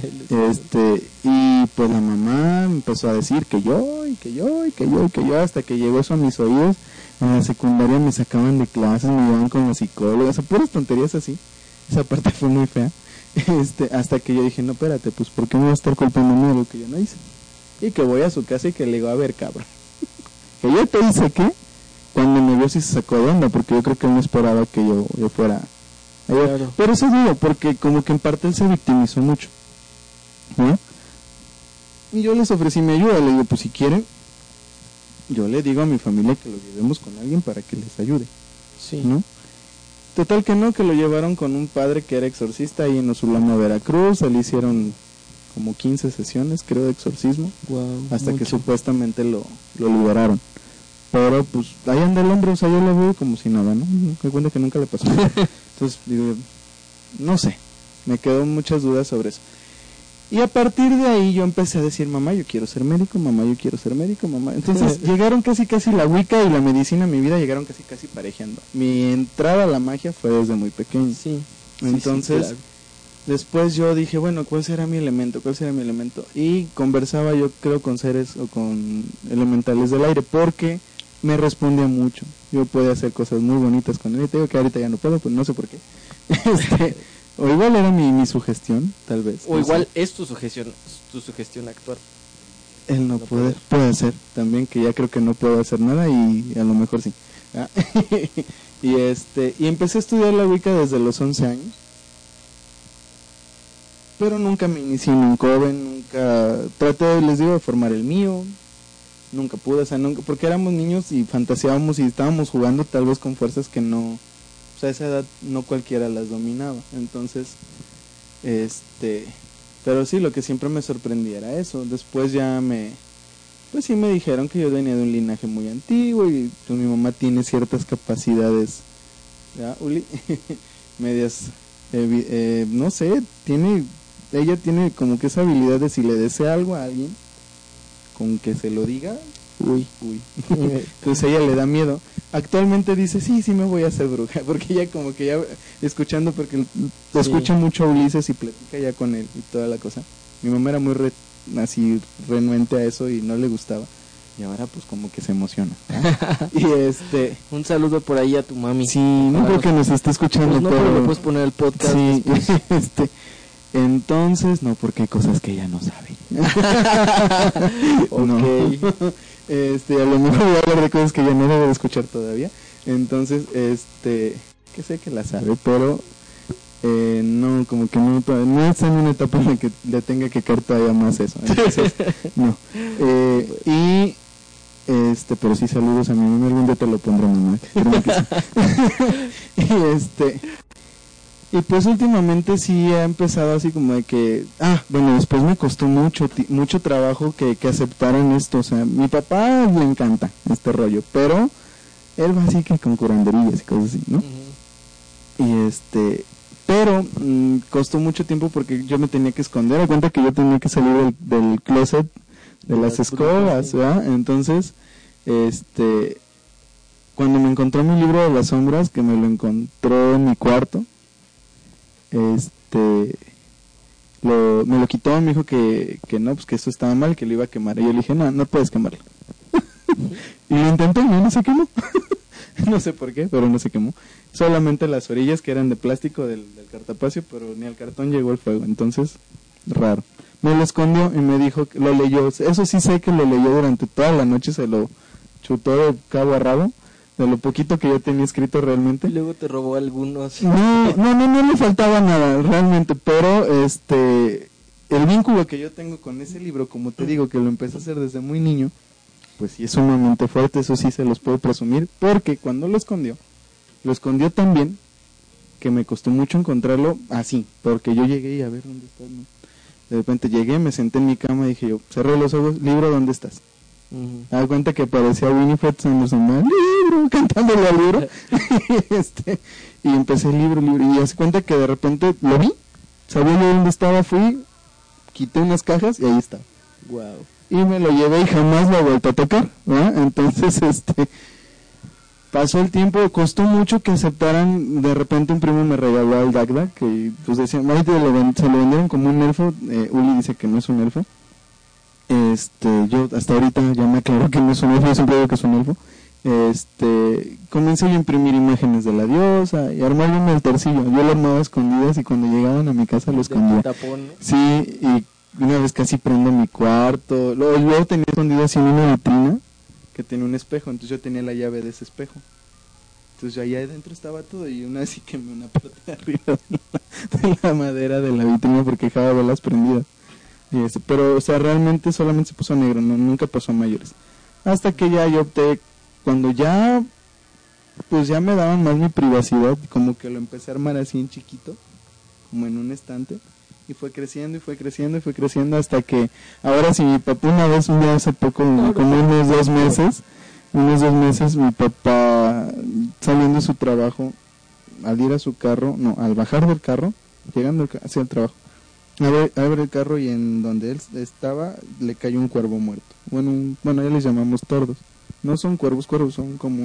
Y pues la mamá empezó a decir que yo, hasta que llegó eso a mis oídos. En la secundaria me sacaban de clases, me llevaban con la psicóloga, o sea, puras tonterías así. Esa parte fue muy fea. Hasta que yo dije, no, espérate, pues ¿por qué me voy a estar culpando de algo que yo no hice? Y que voy a su casa y que le digo, a ver, cabrón, que yo te hice qué. Cuando me vio sí se sacó de onda, porque yo creo que él no esperaba que yo fuera. Claro. Pero eso digo, porque como que en parte él se victimizó mucho, ¿no? Y yo les ofrecí mi ayuda, le digo, pues si quieren, yo le digo a mi familia que lo llevemos con alguien para que les ayude, Sí. ¿no? Total que no, que lo llevaron con un padre que era exorcista ahí en Osulama, Veracruz. Le hicieron como 15 sesiones, creo, de exorcismo, hasta que supuestamente lo liberaron. Pero pues ahí anda el hombre, o sea, yo lo veo como si nada, ¿no? Me cuenta que nunca le pasó. Entonces, digo, no sé, me quedó muchas dudas sobre eso. Y a partir de ahí yo empecé a decir, mamá, yo quiero ser médico, mamá, yo quiero ser médico, mamá. Entonces llegaron casi la Wicca y la medicina a mi vida, llegaron casi parejeando. Mi entrada a la magia fue desde muy pequeño. Sí. Entonces, claro. Después yo dije, bueno, ¿cuál será mi elemento? Y conversaba yo creo con seres o con elementales del aire, porque me respondía mucho. Yo podía hacer cosas muy bonitas con él. Y te digo que ahorita ya no puedo, pues no sé por qué. O igual era mi sugestión, tal vez. O igual es tu sugestión actual. El no poder. Puede ser también, que ya creo que no puedo hacer nada y a lo mejor sí. Y empecé a estudiar la Wicca desde los 11 años. Pero nunca me inicié en un coven, nunca traté, les digo, de formar el mío. Nunca pude, o sea, nunca, porque éramos niños y fantaseábamos y estábamos jugando tal vez con fuerzas que no, o sea, a esa edad no cualquiera las dominaba. Entonces, pero sí, lo que siempre me sorprendía era eso. Después ya pues sí me dijeron que yo venía de un linaje muy antiguo y pues mi mamá tiene ciertas capacidades, ¿ya, Uli? Medias, no sé, ella tiene como que esa habilidad de si le desea algo a alguien, con que se lo diga, uy. Entonces a ella le da miedo. Actualmente dice, sí me voy a hacer bruja, porque ella como que ya escuchando, porque escucha mucho a Ulises y platica ya con él y toda la cosa. Mi mamá era muy así renuente a eso y no le gustaba. Y ahora pues como que se emociona. Y un saludo por ahí a tu mami. Sí, no creo que nos esté escuchando, pues no, pero le puedes poner el podcast. Sí, entonces, no, porque hay cosas que ella no sabe. Ok. No. A lo mejor voy a hablar de cosas que ella no debe de escuchar todavía. Entonces, que sé que la sabe, pero no, como que no está en una etapa en la que le tenga que caer todavía más eso. Entonces, no. Pero sí, saludos a mi mamá, algún día te lo pondré, mamá. Y pues últimamente sí ha empezado así como de que, bueno, después me costó mucho trabajo que aceptaran esto. O sea, mi papá le encanta este rollo, pero él va así que con curanderías y cosas así, ¿no? Uh-huh. Y pero costó mucho tiempo porque yo me tenía que esconder. A cuenta que yo tenía que salir del closet de las escobas, ¿verdad? Entonces, cuando me encontró mi libro de las sombras, que me lo encontró en mi cuarto, me lo quitó, me dijo que no, pues que eso estaba mal, que lo iba a quemar. Y yo le dije, no puedes quemarlo. Y lo intenté y no se quemó. No sé por qué, pero no se quemó. Solamente las orillas que eran de plástico del cartapacio, pero ni al cartón llegó el fuego. Entonces, raro. Me lo escondió y me dijo que lo leyó. Eso sí sé que lo leyó durante toda la noche, se lo chutó de cabo a rabo, de lo poquito que yo tenía escrito realmente. Y luego te robó algunos. No le faltaba nada realmente, pero el vínculo que yo tengo con ese libro, como te digo, que lo empecé a hacer desde muy niño, pues sí es sumamente fuerte, eso sí se los puedo presumir, porque cuando lo escondió tan bien que me costó mucho encontrarlo así, porque yo llegué y a ver dónde estás, ¿no? De repente llegué, me senté en mi cama y dije yo, cerré los ojos, libro, ¿dónde estás? Uh-huh. Me da cuenta que parecía Winifred Sanderson, libro, cantándole al libro. Y empecé el libro, y hace cuenta que de repente lo vi, sabía yo dónde estaba, fui, quité unas cajas y ahí está. Wow. Y me lo llevé y jamás lo he vuelto a tocar, ¿verdad? Entonces, pasó el tiempo, costó mucho que aceptaran. De repente un primo me regaló al Dagda, que pues decían, se lo vendieron como un elfo. Uli dice que no es un elfo. Yo hasta ahorita ya me aclaró que no es un elfo, yo siempre digo que es un elfo. Comencé a imprimir imágenes de la diosa y armarle un altarcillo. Yo lo armaba a escondidas y cuando llegaban a mi casa lo escondía. Sí, y una vez casi prendo mi cuarto. Luego tenía escondido así en una vitrina que tenía un espejo, entonces yo tenía la llave de ese espejo. Entonces allá adentro estaba todo y una vez sí quemé una parte de arriba de la madera de la vitrina porque dejaba velas prendidas. Pero, o sea, realmente solamente se puso negro, nunca pasó a mayores. Hasta que ya yo opté, cuando ya, pues ya me daban más mi privacidad, como que lo empecé a armar así en chiquito, como en un estante, y fue creciendo, y fue creciendo, y fue creciendo, hasta que, ahora sí, mi papá una vez, un día hace poco, como unos 2 meses, mi papá, saliendo de su trabajo, al ir a su carro, al bajar del carro, llegando hacia el trabajo, abre el carro y en donde él estaba le cayó un cuervo muerto. Bueno, ya les llamamos tordos. No son cuervos, son como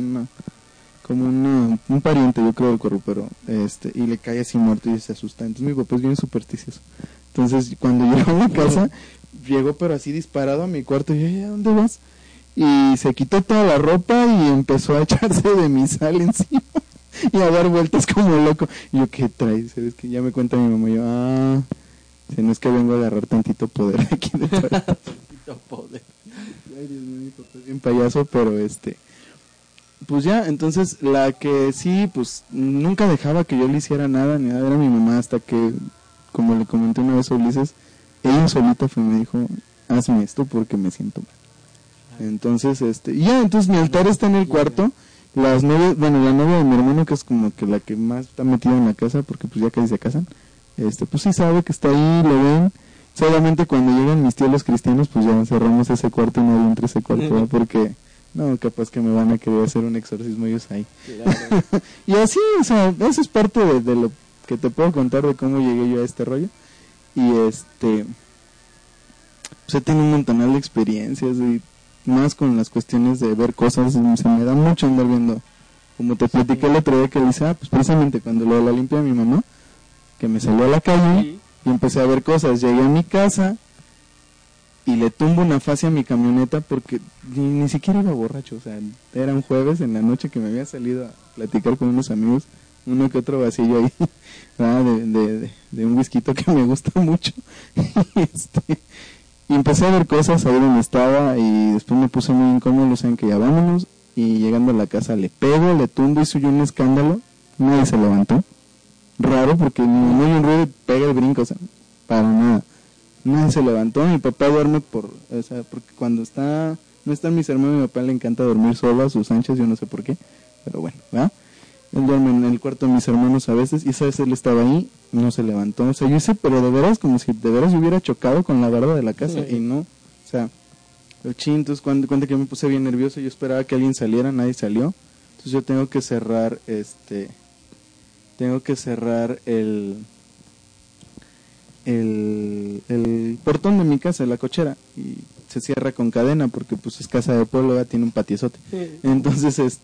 un pariente, yo creo, del cuervo, pero y le cae así muerto y se asusta. Entonces mi papá es bien supersticioso. Entonces cuando llegó a la casa, llegó pero así disparado a mi cuarto y yo, ¿a dónde vas? Y se quitó toda la ropa y empezó a echarse de mi sal encima y a dar vueltas como loco. Y yo, ¿qué traes? ¿Sabes qué? Ya me cuenta mi mamá, y yo, si no es que vengo a agarrar tantito poder aquí de fuera. Tantito poder. Ay, Dios mío, mi papá es bien payaso, pero pues ya, entonces la que sí, pues nunca dejaba que yo le hiciera nada, ni nada, era mi mamá, hasta que, como le comenté una vez a Ulises, ella solita fue y me dijo, hazme esto porque me siento mal. Entonces, entonces mi altar está en el cuarto. La novia de mi hermano, que es como que la que más está metida en la casa, porque pues ya casi se casan, pues sí sabe que está ahí, lo ven. Solamente cuando llegan mis tíos los cristianos, pues ya cerramos ese cuarto y nadie entra a ese cuarto, ¿no? Porque no, capaz que me van a querer hacer un exorcismo ellos ahí. Claro. Y así, o sea, eso es parte de lo que te puedo contar de cómo llegué yo a este rollo. Y pues he tenido un montonal de experiencias, y más con las cuestiones de ver cosas, se me da mucho andar viendo. Como te platiqué el otro día que le hice, pues precisamente cuando lo de la limpia de mi mamá, que me salió a la calle y empecé a ver cosas. Llegué a mi casa y le tumbo una fascia a mi camioneta porque ni siquiera iba borracho, o sea, era un jueves en la noche que me había salido a platicar con unos amigos, uno que otro vacío ahí, de un whisky que me gusta mucho. Y empecé a ver cosas ahí donde estaba y después me puse muy incómodo, lo saben que ya vámonos, y llegando a la casa le pego, le tumbo y soy un escándalo, nadie se levantó. Raro porque no hay un ruido y pega el brinco, o sea, para nada. Nadie se levantó, mi papá duerme porque cuando no están mis hermanos, a mi papá le encanta dormir solo a sus anchas, yo no sé por qué, pero bueno, ¿verdad? Él duerme en el cuarto de mis hermanos a veces, y esa vez él estaba ahí, no se levantó, o sea, yo hice, pero de veras, como si de veras hubiera chocado con la barda de la casa, y no, o sea, entonces cuando que yo me puse bien nervioso, yo esperaba que alguien saliera, nadie salió, entonces yo tengo que cerrar, el portón de mi casa, la cochera, y se cierra con cadena porque pues es casa de pueblo, ya tiene un patiozote. Entonces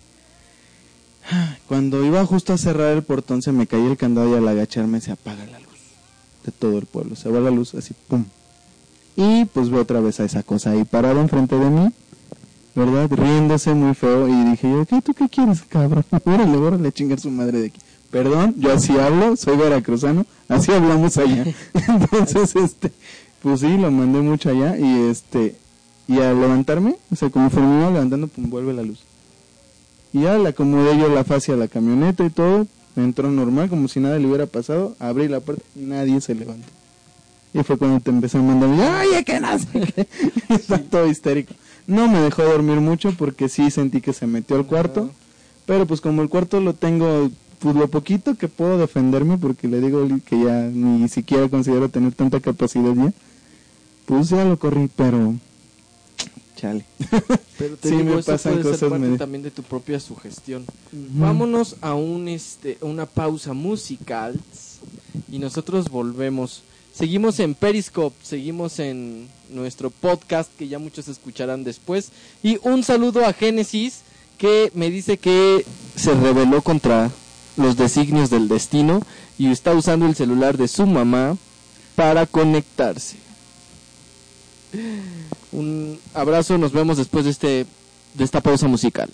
cuando iba justo a cerrar el portón se me caía el candado y al agacharme se apaga la luz de todo el pueblo, se va la luz así, pum, y pues veo otra vez a esa cosa ahí parada enfrente de mí, ¿verdad? Riéndose muy feo, y dije yo, ¿qué? ¿Tú qué quieres, cabrón? Órale, chingar su madre de aquí. Perdón, yo así hablo, soy veracruzano, así hablamos allá. Entonces, pues sí, lo mandé mucho allá, y al levantarme, o sea, como me iba levantando, pum, vuelve la luz. Y ya le acomodé yo la fascia a la camioneta y todo, entró normal, como si nada le hubiera pasado, abrí la puerta y nadie se levantó. Y fue cuando te empecé a mandar, ¡ay, qué no sé qué! Está todo histérico. No me dejó dormir mucho porque sí sentí que se metió al cuarto, pero pues como el cuarto lo tengo, pues lo poquito que puedo defenderme, porque le digo que ya ni siquiera considero tener tanta capacidad ya, pues ya lo corrí, pero chale. Pero te sí, digo, me eso pasan puede ser cosas parte también de tu propia sugestión. Vámonos a una pausa musical Y nosotros volvemos. Seguimos en Periscope, seguimos en nuestro podcast que ya muchos escucharán después. Y un saludo a Génesis, que me dice que se rebeló contra los designios del destino y está usando el celular de su mamá para conectarse. Un abrazo, nos vemos después de esta pausa musical.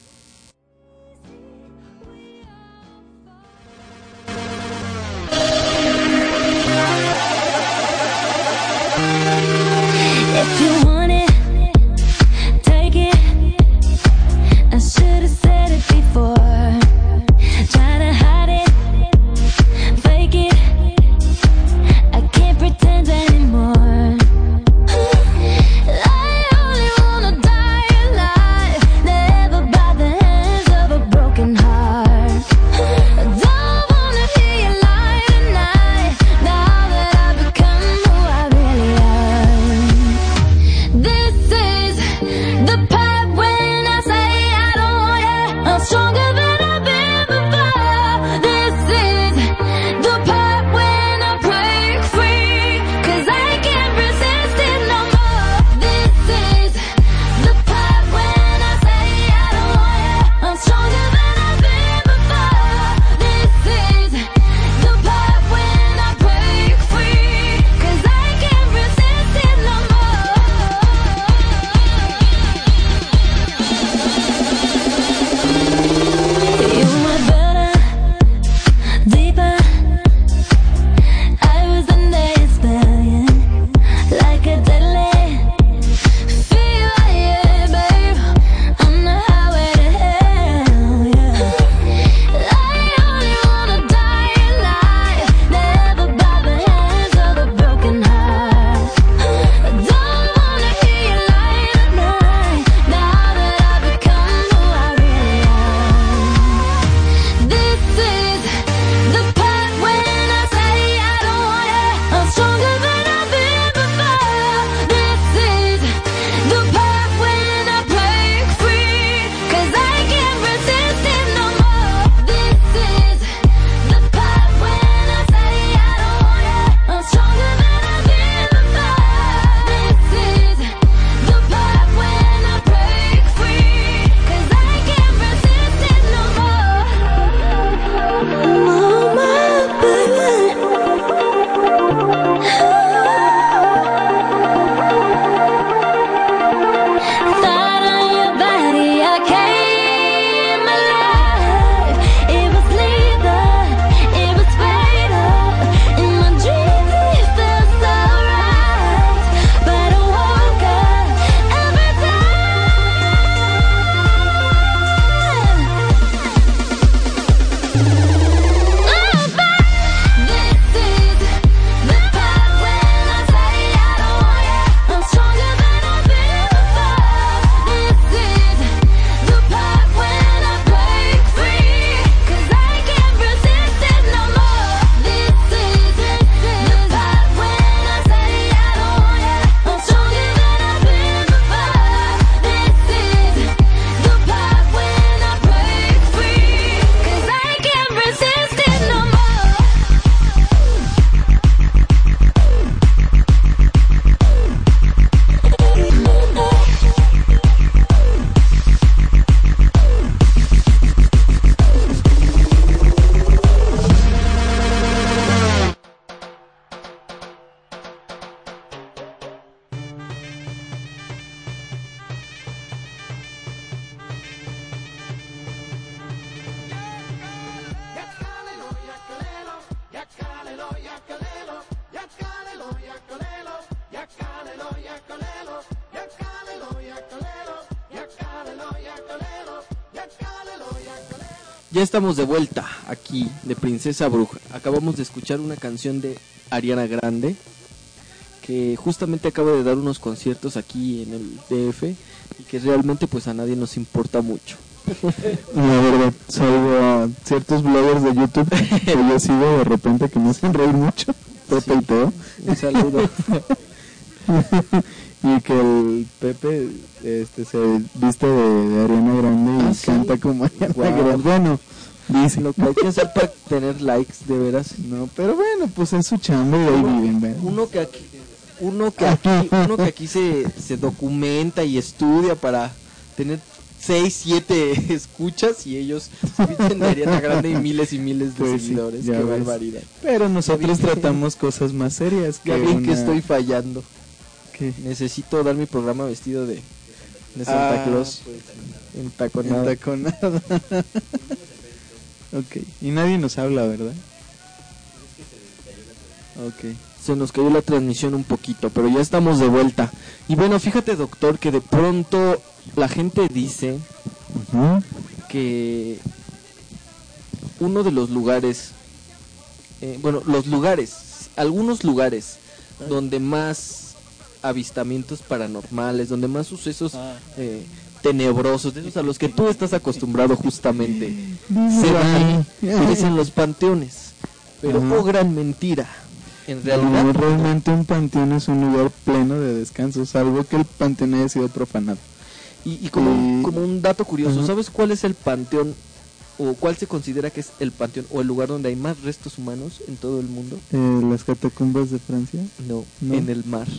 If you want it, take it. I should have said it before. Try to hide it, fake it. I can't pretend anymore. I only wanna die alive, never by the hands of a broken heart. I don't wanna hear you lie tonight, now that I've become who I really am. This is the part when I say I don't want you. I'm stronger than I've been before. This is the part when I break free, 'cause I can't resist it no more. This is the part when I say I don't want you. I'm stronger than I've been before. This is the part when I break free, 'cause I can't resist it no more. You were better, deeper. I was the next billion, like a deadly fever, yeah, babe. On the highway to hell, yeah. I only wanna die alive, never by the hands of a broken heart. I don't wanna hear you lie tonight, now that I've become who I really am. This is the part when I say I don't want you. I'm stronger than I've been before. This is the part when I break free, 'cause I can't resist it no more. This is the part when I say I don't want you. I'm stronger than I've been before. This is the part when I break free, 'cause I can't resist it no more. Mama, baby. Thought on your body, I came alive. It was lethal, it was fatal. In my dreams it felt so right, but I woke up every time. Oh, but this is the part when I say I don't want you. I'm stronger than I've been before. This is the part when I break free, 'cause I can't resist it no more. This is the part when I say I don't want you. I'm stronger than I've been before. This is the part when I break free, 'cause I can't resist it no more. Ya estamos de vuelta aquí de Princesa Bruja. Acabamos de escuchar una canción de Ariana Grande, que justamente acaba de dar unos conciertos aquí en el DF y que realmente pues a nadie nos importa mucho. La verdad, salvo a ciertos bloggers de YouTube que yo sigo de repente que me hacen reír mucho, Pepe y Teo. Un saludo. Y que el Pepe se viste de Ariana Grande y ¿Ah, sí? canta como Ariana Guau. Grande. Bueno, Dice. Lo que hay que hacer para tener likes, de veras. No, pero bueno, pues es su chamba y ahí viven, ¿verdad? Uno que aquí se documenta y estudia para tener 6, 7 escuchas y ellos en Ariana Grande y miles de Pues sí, seguidores. ya Qué ves. barbaridad. Pero nosotros Ya vi. tratamos cosas más serias que Ya bien que una- estoy fallando. ¿Qué? Necesito dar mi programa vestido de Santa Claus. Entaconada. Entaconada. Ok, y nadie nos habla, ¿verdad? Ok. Se nos cayó la transmisión un poquito, pero ya estamos de vuelta. Y bueno, fíjate, doctor, que de pronto la gente dice que uno de los lugares, algunos lugares donde más avistamientos paranormales, donde más sucesos tenebrosos, de esos a los que tú estás acostumbrado justamente, se dan es en los panteones. Pero, Ajá. oh gran mentira, en realidad No, realmente un panteón es un lugar pleno de descanso, salvo que el panteón haya sido profanado. Y como un dato curioso, Ajá. ¿sabes cuál es el panteón o cuál se considera que es el panteón o el lugar donde hay más restos humanos en todo el mundo? Las catacumbas de Francia. No, No. en el mar.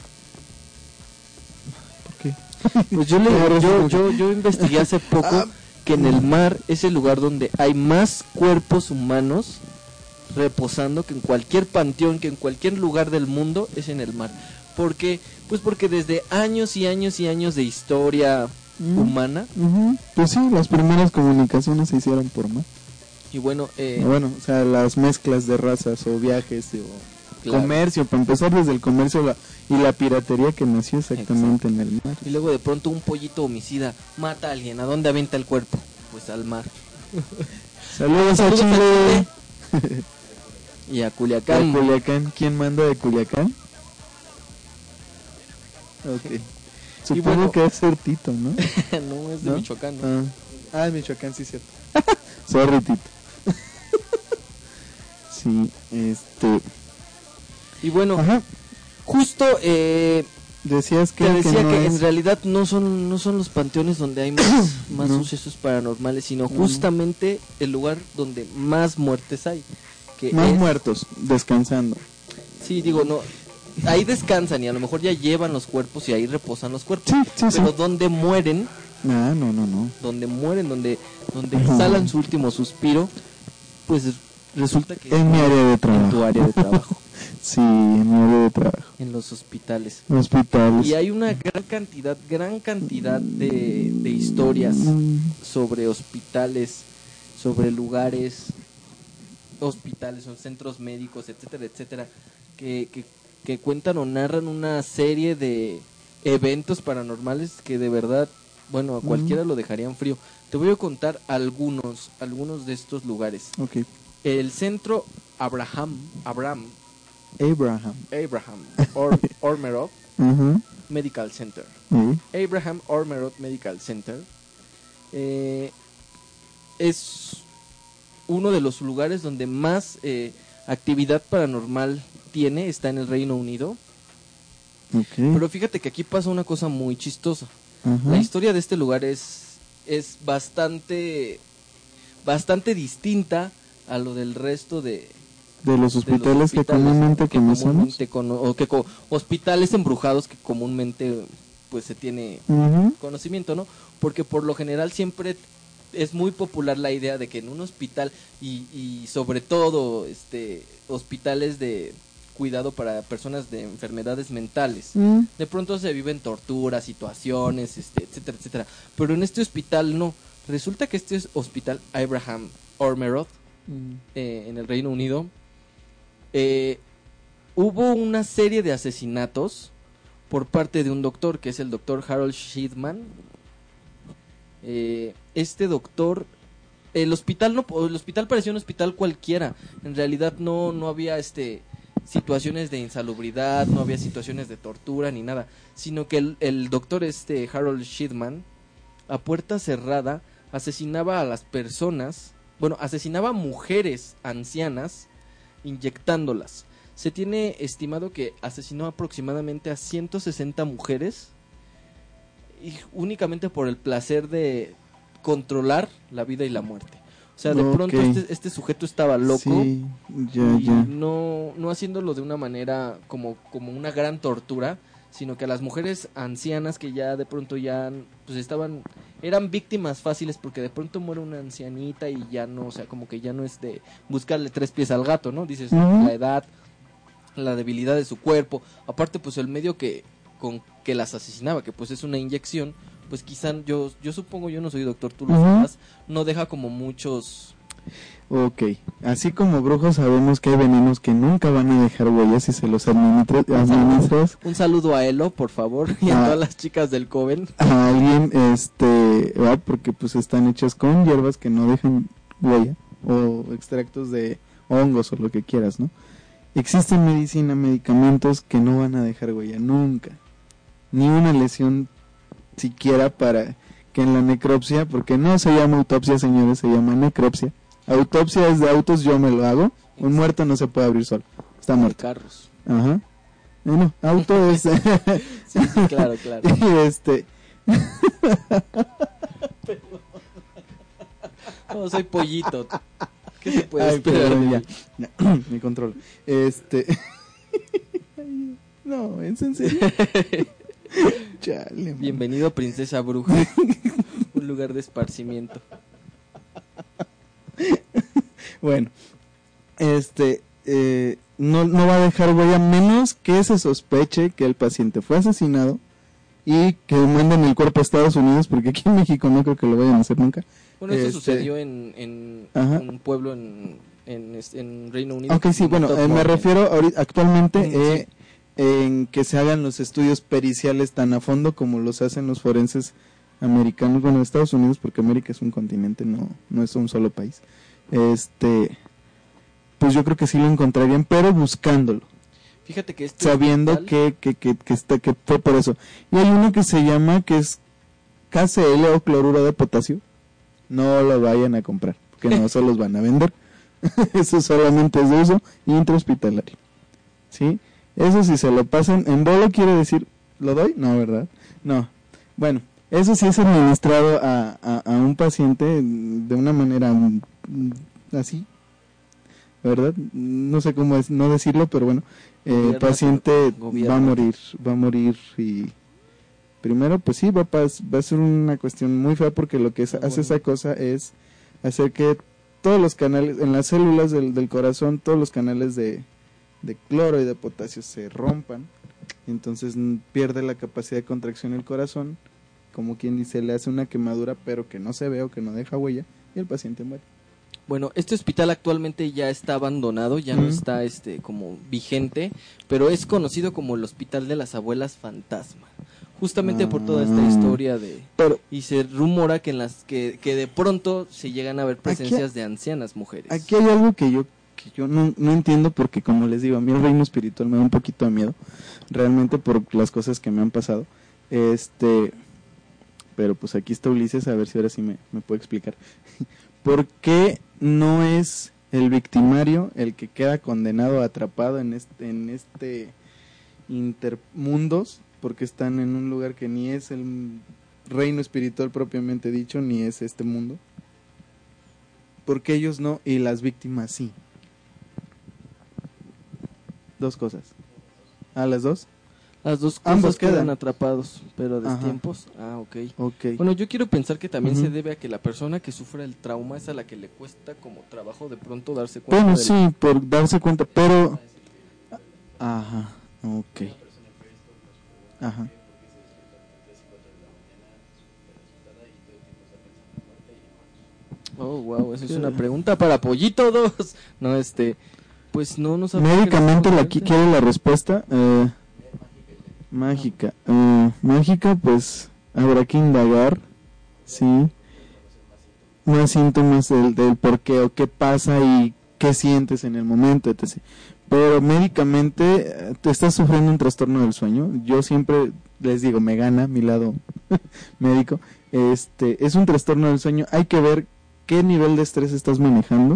¿Por qué? Pues yo investigué hace poco que en el mar es el lugar donde hay más cuerpos humanos reposando que en cualquier panteón, que en cualquier lugar del mundo es en el mar. ¿Por qué? Pues porque desde años y años y años de historia humana, Pues sí, las primeras comunicaciones se hicieron por mar. y bueno, Bueno, o sea, las mezclas de razas o viajes o claro. comercio, para empezar desde el comercio y la piratería que nació exactamente en el mar. Y luego de pronto un pollito homicida mata a alguien. ¿A dónde avienta el cuerpo? Pues al mar. Saludos a Saludos a Chile. Y a ¿A Culiacán. Culiacán? ¿Quién manda de Culiacán? Ok. Supongo bueno, que es ser Tito, ¿no? No, es de ¿No? Michoacán, ¿no? Ah, Michoacán, sí, cierto. Sorry, Tito. Sí, Y bueno, Ajá. justo Decías que te decía no que es- en realidad no son los panteones donde hay más No. sucesos paranormales, sino No. justamente el lugar donde más muertes hay. Que más es- muertos, descansando. Sí, digo, no. Ahí descansan y a lo mejor ya llevan los cuerpos y ahí reposan los cuerpos. Sí, sí, Pero sí. donde mueren, Ah, no. donde mueren, donde Ujú. exhalan su último suspiro, pues resulta que En mi área de en tu trabajo. área de trabajo, Sí, en mi área de trabajo. en los hospitales. Hospitales. Y hay una gran cantidad de historias sobre hospitales, sobre lugares, hospitales o centros médicos, etcétera, etcétera, que cuentan o narran una serie de eventos paranormales que de verdad, bueno, a cualquiera lo dejarían frío. Te voy a contar algunos de estos lugares. Ok. El centro Abraham Ormerod Ajá. Medical Center. Sí. Abraham Ormerod Medical Center es uno de los lugares donde más actividad paranormal tiene, está en el Reino Unido. Ok. Pero fíjate que aquí pasa una cosa muy chistosa. Ajá. La historia de este lugar es bastante distinta a lo del resto de de los hospitales que comúnmente conocemos. Hospitales embrujados que comúnmente pues se tiene Ujú. conocimiento, ¿no? Porque por lo general siempre es muy popular la idea de que en un hospital y sobre todo hospitales de cuidado para personas de enfermedades mentales, Mm. de pronto se viven torturas, situaciones, etcétera, etcétera. Pero en este hospital no. Resulta que este es hospital Abraham Ormerod en el Reino Unido, hubo una serie de asesinatos por parte de un doctor, que es el doctor Harold Sheedman. Este doctor, el hospital parecía un hospital cualquiera. En realidad no había situaciones de insalubridad, no había situaciones de tortura ni nada, sino que el doctor Harold Sheedman, a puerta cerrada, asesinaba a las personas, asesinaba a mujeres ancianas inyectándolas. Se tiene estimado que asesinó aproximadamente a 160 mujeres y únicamente por el placer de controlar la vida y la muerte. O sea, de Ok. pronto este sujeto estaba loco. Sí, ya, y ya. no haciéndolo de una manera como una gran tortura, sino que a las mujeres ancianas que ya de pronto ya pues eran víctimas fáciles, porque de pronto muere una ancianita y ya no, o sea, como que ya no es de buscarle 3 pies al gato, ¿no? Dices, Ujú. la edad, la debilidad de su cuerpo, aparte pues el medio con que las asesinaba, que pues es una inyección, pues quizá yo supongo, yo no soy doctor, tú lo Ujú. sabrás, no deja como muchos... Ok, así como brujos sabemos que hay venenos que nunca van a dejar huellas si se los administras Un saludo a Elo, por favor, y a Ah. todas las chicas del Coven. a alguien, porque pues están hechas con hierbas que no dejan huella o extractos de hongos o lo que quieras, ¿no? Existe en medicina medicamentos que no van a dejar huella nunca, ni una lesión siquiera para que en la necropsia, porque no se llama autopsia, señores, se llama necropsia. Autopsia es de autos, yo me lo hago. Un muerto no se puede abrir solo, está De muerto. carros. Ajá. No, auto es Sí, sí, claro, claro. y No, soy pollito. ¿Qué se puede Ay, esperar de perdón, mí? ya. Mi control. No, ¿es en serio? Chale, man. Bienvenido, Princesa Bruja. Un lugar de esparcimiento. Bueno, no va a dejar huella menos que se sospeche que el paciente fue asesinado y que manden el cuerpo a Estados Unidos, porque aquí en México no creo que lo vayan a hacer nunca. Bueno, esto sucedió en Ajá. un pueblo en Reino Unido. Ok, sí, bueno, me Morgan. refiero actualmente Sí. en que se hagan los estudios periciales tan a fondo como los hacen los forenses americanos, bueno, Estados Unidos, porque América es un continente, no es un solo país. Pues yo creo que sí lo encontrarían, pero buscándolo, Fíjate que sabiendo hospital- que fue por eso. Y hay uno que se llama, que es KCl o cloruro de potasio. No lo vayan a comprar, porque no se los van a vender. Eso solamente es de uso intrahospitalario. ¿Sí? Eso si se lo pasan en bolo, quiere decir, ¿lo doy? No, ¿verdad? No. Bueno, eso sí es administrado a un paciente de una manera así, ¿verdad? No sé cómo es, no decirlo, pero bueno, el Gobierna, paciente gobierna. va a morir y primero pues sí, va a ser una cuestión muy fea, porque lo que hace esa cosa es hacer que todos los canales, en las células del corazón, todos los canales de cloro y de potasio se rompan, entonces pierde la capacidad de contracción el corazón, como quien dice, le hace una quemadura pero que no se ve o que no deja huella, y el paciente muere. Bueno, este hospital actualmente ya está abandonado, ya no Ujú. está como vigente, pero es conocido como el Hospital de las Abuelas Fantasma. Justamente por toda esta historia Pero y se rumora que en las que de pronto se llegan a ver presencias de ancianas mujeres. aquí hay algo que yo no entiendo, porque como les digo, a mí el reino espiritual me da un poquito de miedo, realmente por las cosas que me han pasado. Pero pues aquí está Ulises, a ver si ahora sí me puede explicar. ¿Por qué no es el victimario el que queda condenado, atrapado en este intermundos? Porque están en un lugar que ni es el reino espiritual propiamente dicho, ni es este mundo. ¿Por qué ellos no y las víctimas sí? Dos cosas. ¿Ah, las dos? Las dos Ambos cosas quedan quedan atrapados, pero de Ajá. tiempos. Ah, ok. Ok. Bueno, yo quiero pensar que también Ujú. se debe a que la persona que sufre el trauma es a la que le cuesta como trabajo de pronto darse cuenta Bueno, del- sí, por darse cuenta, pero... Ajá, ok. Ajá. Oh, wow, esa es una pregunta para Pollito 2. No, pues no sabría qué Médicamente responderte. quiere la respuesta. Mágica. Mágica, pues habrá que indagar, sí. Más síntomas del por qué o qué pasa y qué sientes en el momento, etc. Pero médicamente te estás sufriendo un trastorno del sueño. Yo siempre les digo, me gana mi lado médico. Es un trastorno del sueño. Hay que ver qué nivel de estrés estás manejando.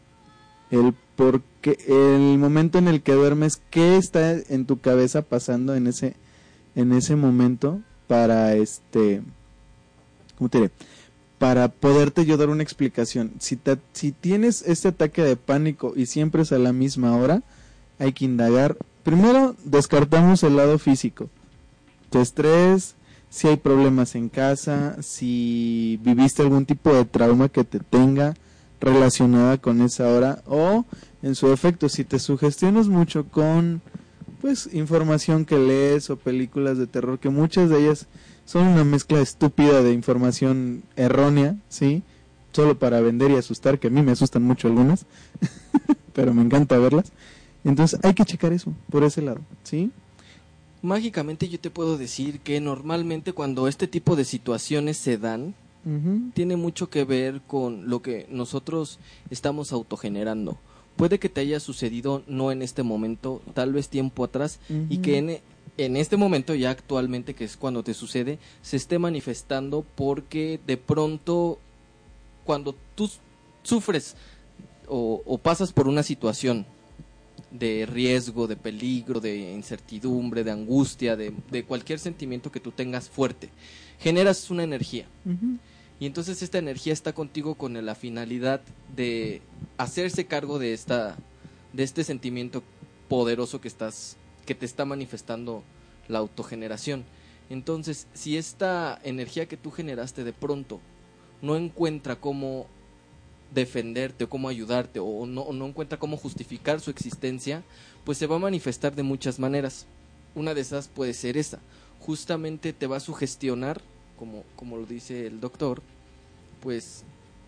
El momento en el que duermes, qué está en tu cabeza pasando en ese momento para ¿cómo te diré? para poderte yo dar una explicación. Si tienes este ataque de pánico y siempre es a la misma hora, hay que indagar. Primero, descartamos el lado físico. Tu estrés, si hay problemas en casa, si viviste algún tipo de trauma que te tenga relacionada con esa hora, o en su efecto, si te sugestionas mucho con pues información que lees o películas de terror, que muchas de ellas son una mezcla estúpida de información errónea, ¿sí? Solo para vender y asustar, que a mí me asustan mucho algunas, pero me encanta verlas. Entonces hay que checar eso, por ese lado, ¿sí? Mágicamente yo te puedo decir que normalmente cuando este tipo de situaciones se dan, tiene mucho que ver con lo que nosotros estamos autogenerando. Puede que te haya sucedido no en este momento, tal vez tiempo atrás, y que en este momento ya actualmente, que es cuando te sucede, se esté manifestando porque de pronto cuando tú sufres o pasas por una situación de riesgo, de peligro, de incertidumbre, de angustia, de cualquier sentimiento que tú tengas fuerte, generas una energía. Y entonces esta energía está contigo con la finalidad de hacerse cargo de este sentimiento poderoso que te está manifestando la autogeneración. Entonces, si esta energía que tú generaste de pronto no encuentra cómo defenderte o cómo ayudarte o no encuentra cómo justificar su existencia, pues se va a manifestar de muchas maneras. Una de esas puede ser esa. Justamente te va a sugestionar, como lo dice el doctor, pues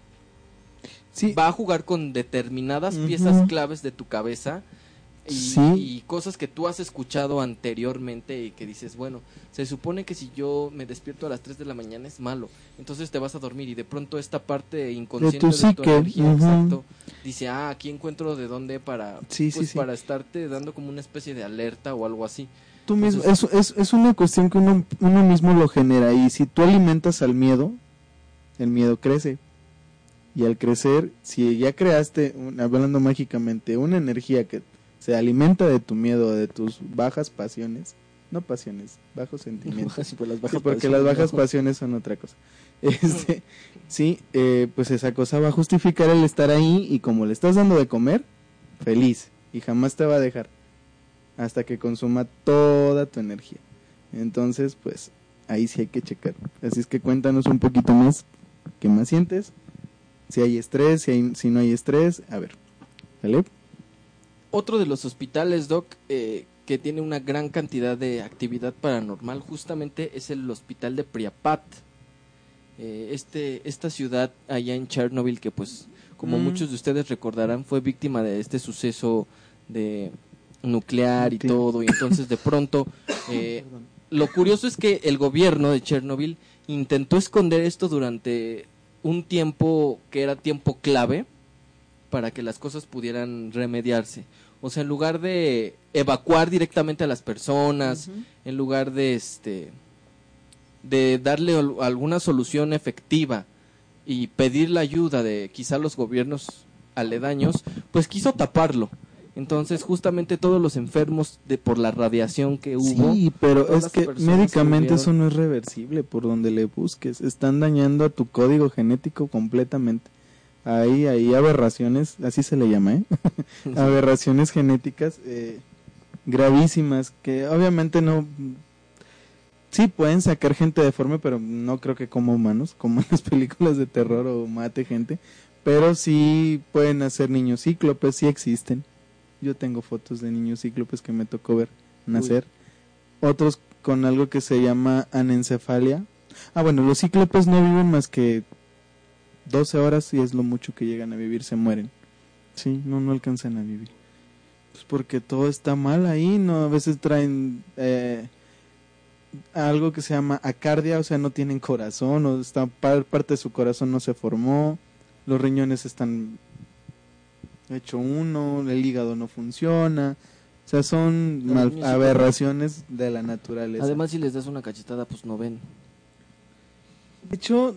sí, va a jugar con determinadas piezas claves de tu cabeza y cosas que tú has escuchado anteriormente y que dices, bueno, se supone que si yo me despierto a las 3 de la mañana es malo, entonces te vas a dormir y de pronto esta parte inconsciente de tu energía, exacto, dice, aquí encuentro de dónde para para estarte dando como una especie de alerta o algo así. Tú mismo, es una cuestión que uno mismo lo genera, y si tú alimentas al miedo, el miedo crece. Y al crecer, si ya creaste, hablando mágicamente, una energía que se alimenta de tu miedo, de tus bajas pasiones, no pasiones, bajos sentimientos, porque las bajas pasiones son otra cosa. Pues esa cosa va a justificar el estar ahí, y como le estás dando de comer, feliz, y jamás te va a dejar hasta que consuma toda tu energía. Entonces, pues ahí sí hay que checar. Así es que cuéntanos un poquito más, ¿qué más sientes? Si hay estrés, si no hay estrés, a ver, ¿vale? Otro de los hospitales, Doc, que tiene una gran cantidad de actividad paranormal, justamente es el hospital de Pripyat. Esta ciudad allá en Chernobyl, que pues, como muchos de ustedes recordarán, fue víctima de este suceso de nuclear y todo, y entonces de pronto lo curioso es que el gobierno de Chernobyl intentó esconder esto durante un tiempo que era tiempo clave para que las cosas pudieran remediarse. O sea, en lugar de evacuar directamente a las personas, en lugar de darle alguna solución efectiva y pedir la ayuda de quizá los gobiernos aledaños, pues quiso taparlo. Entonces, justamente todos los enfermos por la radiación que hubo... Sí, pero es que médicamente eso no es reversible por donde le busques. Están dañando a tu código genético completamente. Hay aberraciones, así se le llama, aberraciones genéticas gravísimas que obviamente no... Sí, pueden sacar gente deforme, pero no creo que como humanos, como en las películas de terror o mate gente. Pero sí pueden hacer niños cíclopes, sí existen. Yo tengo fotos de niños cíclopes que me tocó ver nacer. Otros con algo que se llama anencefalia. Bueno, los cíclopes no viven más que 12 horas y es lo mucho que llegan a vivir, se mueren. Sí, no alcanzan a vivir. Pues porque todo está mal ahí, ¿no? A veces traen algo que se llama acardia, o sea, no tienen corazón, o parte de su corazón no se formó, los riñones están hecho uno, el hígado no funciona, o sea, son aberraciones de la naturaleza. Además, si les das una cachetada, pues no ven. De hecho,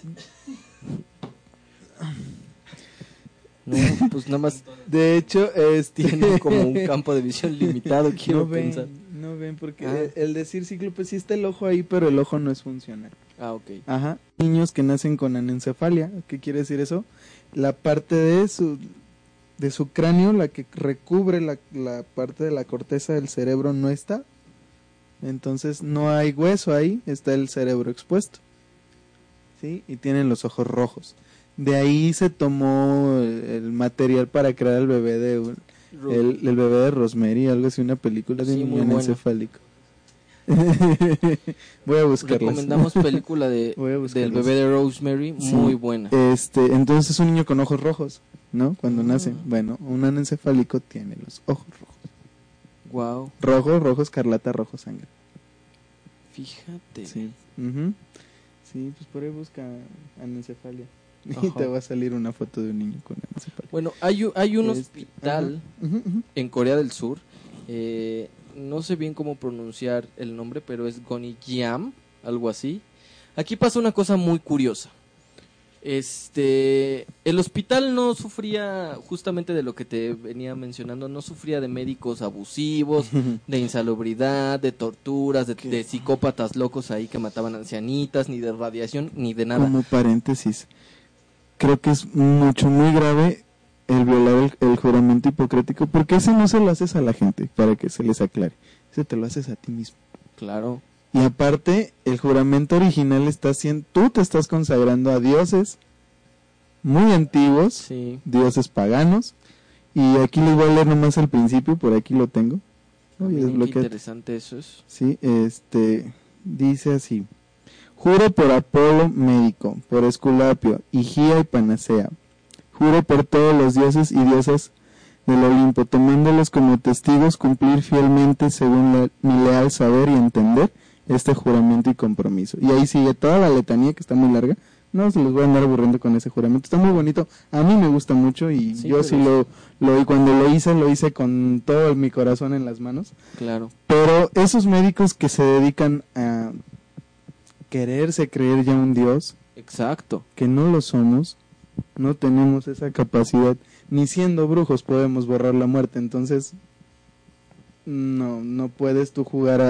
no, pues nada más. De hecho, tienen como un campo de visión limitado, quiero pensar. No ven, porque el decir cíclope sí está el ojo ahí, pero el ojo no es funcional. Ah, ok. Ajá. Niños que nacen con anencefalia. ¿Qué quiere decir eso? La parte de su cráneo, la que recubre la parte de la corteza del cerebro no está. Entonces no hay hueso ahí, está el cerebro expuesto. ¿Sí? Y tienen los ojos rojos. De ahí se tomó el material para crear el bebé el bebé de Rosemary, algo así, una película de Sí, un muy niño bueno. encefálico. Voy a buscarlas. Recomendamos película Voy a del buscarlas. bebé de Rosemary, Sí. muy buena. Entonces es un niño con ojos rojos, ¿no? Cuando Ah. nace. Bueno, un anencefálico tiene los ojos rojos. Wow, Rojo, escarlata, rojo, sangre. fíjate. Sí. Ujú. Sí, pues por ahí busca anencefalia. Y Ajá. te va a salir una foto de un niño con anencefalia. Bueno, hay un Este, hospital ajá. Ujú, ujú. en Corea del Sur. No sé bien cómo pronunciar el nombre, pero es Gonjiam, algo así. Aquí pasa una cosa muy curiosa. El hospital no sufría justamente de lo que te venía mencionando, no sufría de médicos abusivos, de insalubridad, de torturas, de psicópatas locos ahí que mataban ancianitas, ni de radiación, ni de nada. Como paréntesis, creo que es muy grave el violar el juramento hipocrático, porque ese no se lo haces a la gente, para que se les aclare. Ese te lo haces a ti mismo. Claro. Y aparte, el juramento original tú te estás consagrando a dioses muy antiguos, Sí. dioses paganos, y aquí les voy a leer nomás al principio, por aquí lo tengo. Oye, Miren, qué desbloquea. interesante eso es. Sí, dice así: juro por Apolo médico, por Esculapio, Higía y Panacea. Juro por todos los dioses y diosas del Olimpo, tomándolos como testigos, cumplir fielmente según mi leal saber y entender este juramento y compromiso. Y ahí sigue toda la letanía, que está muy larga. No se los voy a andar aburriendo con ese juramento. Está muy bonito. A mí me gusta mucho y Sí, yo pero sí y cuando lo hice con todo mi corazón en las manos. Claro. Pero esos médicos que se dedican a quererse creer ya un Dios, Exacto. que no lo somos, no tenemos esa capacidad, ni siendo brujos podemos borrar la muerte, entonces no puedes tú jugar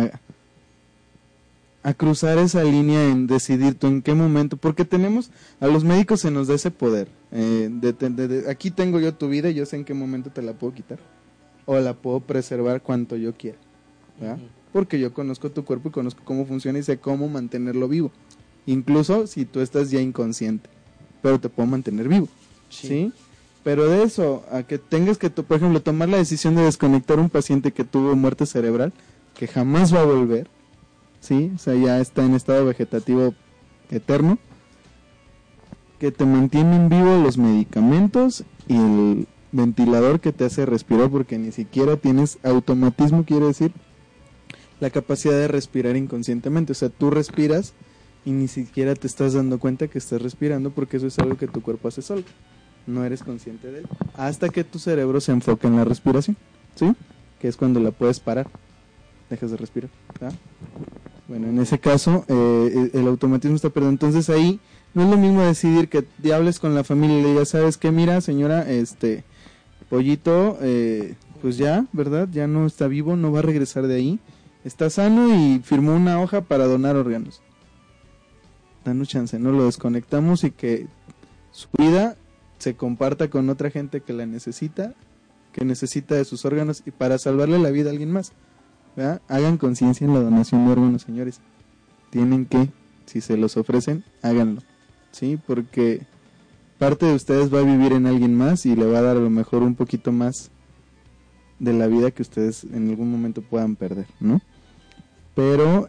a cruzar esa línea en decidir tú en qué momento, porque a los médicos se nos da ese poder, aquí tengo yo tu vida y yo sé en qué momento te la puedo quitar, o la puedo preservar cuanto yo quiera, ¿verdad? Ujú. Porque yo conozco tu cuerpo y conozco cómo funciona y sé cómo mantenerlo vivo, incluso si tú estás ya inconsciente, pero te puedo mantener vivo, ¿sí? Pero de eso, a que tengas que, por ejemplo, tomar la decisión de desconectar a un paciente que tuvo muerte cerebral, que jamás va a volver, ¿sí? O sea, ya está en estado vegetativo eterno, que te mantienen vivo los medicamentos y el ventilador que te hace respirar, porque ni siquiera tienes automatismo, quiere decir, la capacidad de respirar inconscientemente. O sea, tú respiras y ni siquiera te estás dando cuenta que estás respirando, porque eso es algo que tu cuerpo hace solo. No eres consciente de él. Hasta que tu cerebro se enfoca en la respiración, ¿sí? Que es cuando la puedes parar. Dejas de respirar, ¿verdad? Bueno, en ese caso, el automatismo está perdido. Entonces ahí no es lo mismo decidir que te hables con la familia y le digas, ¿sabes qué? Mira, señora, Pollito, pues ya, ¿verdad? Ya no está vivo, no va a regresar de ahí. Está sano y firmó una hoja para donar órganos. Danos chance, no lo desconectamos y que su vida se comparta con otra gente que la necesita, que necesita de sus órganos y para salvarle la vida a alguien más, ¿verdad? Hagan conciencia en la donación de órganos, señores. Tienen que, si se los ofrecen, háganlo, ¿sí? Porque parte de ustedes va a vivir en alguien más y le va a dar a lo mejor un poquito más de la vida que ustedes en algún momento puedan perder, ¿no? Pero,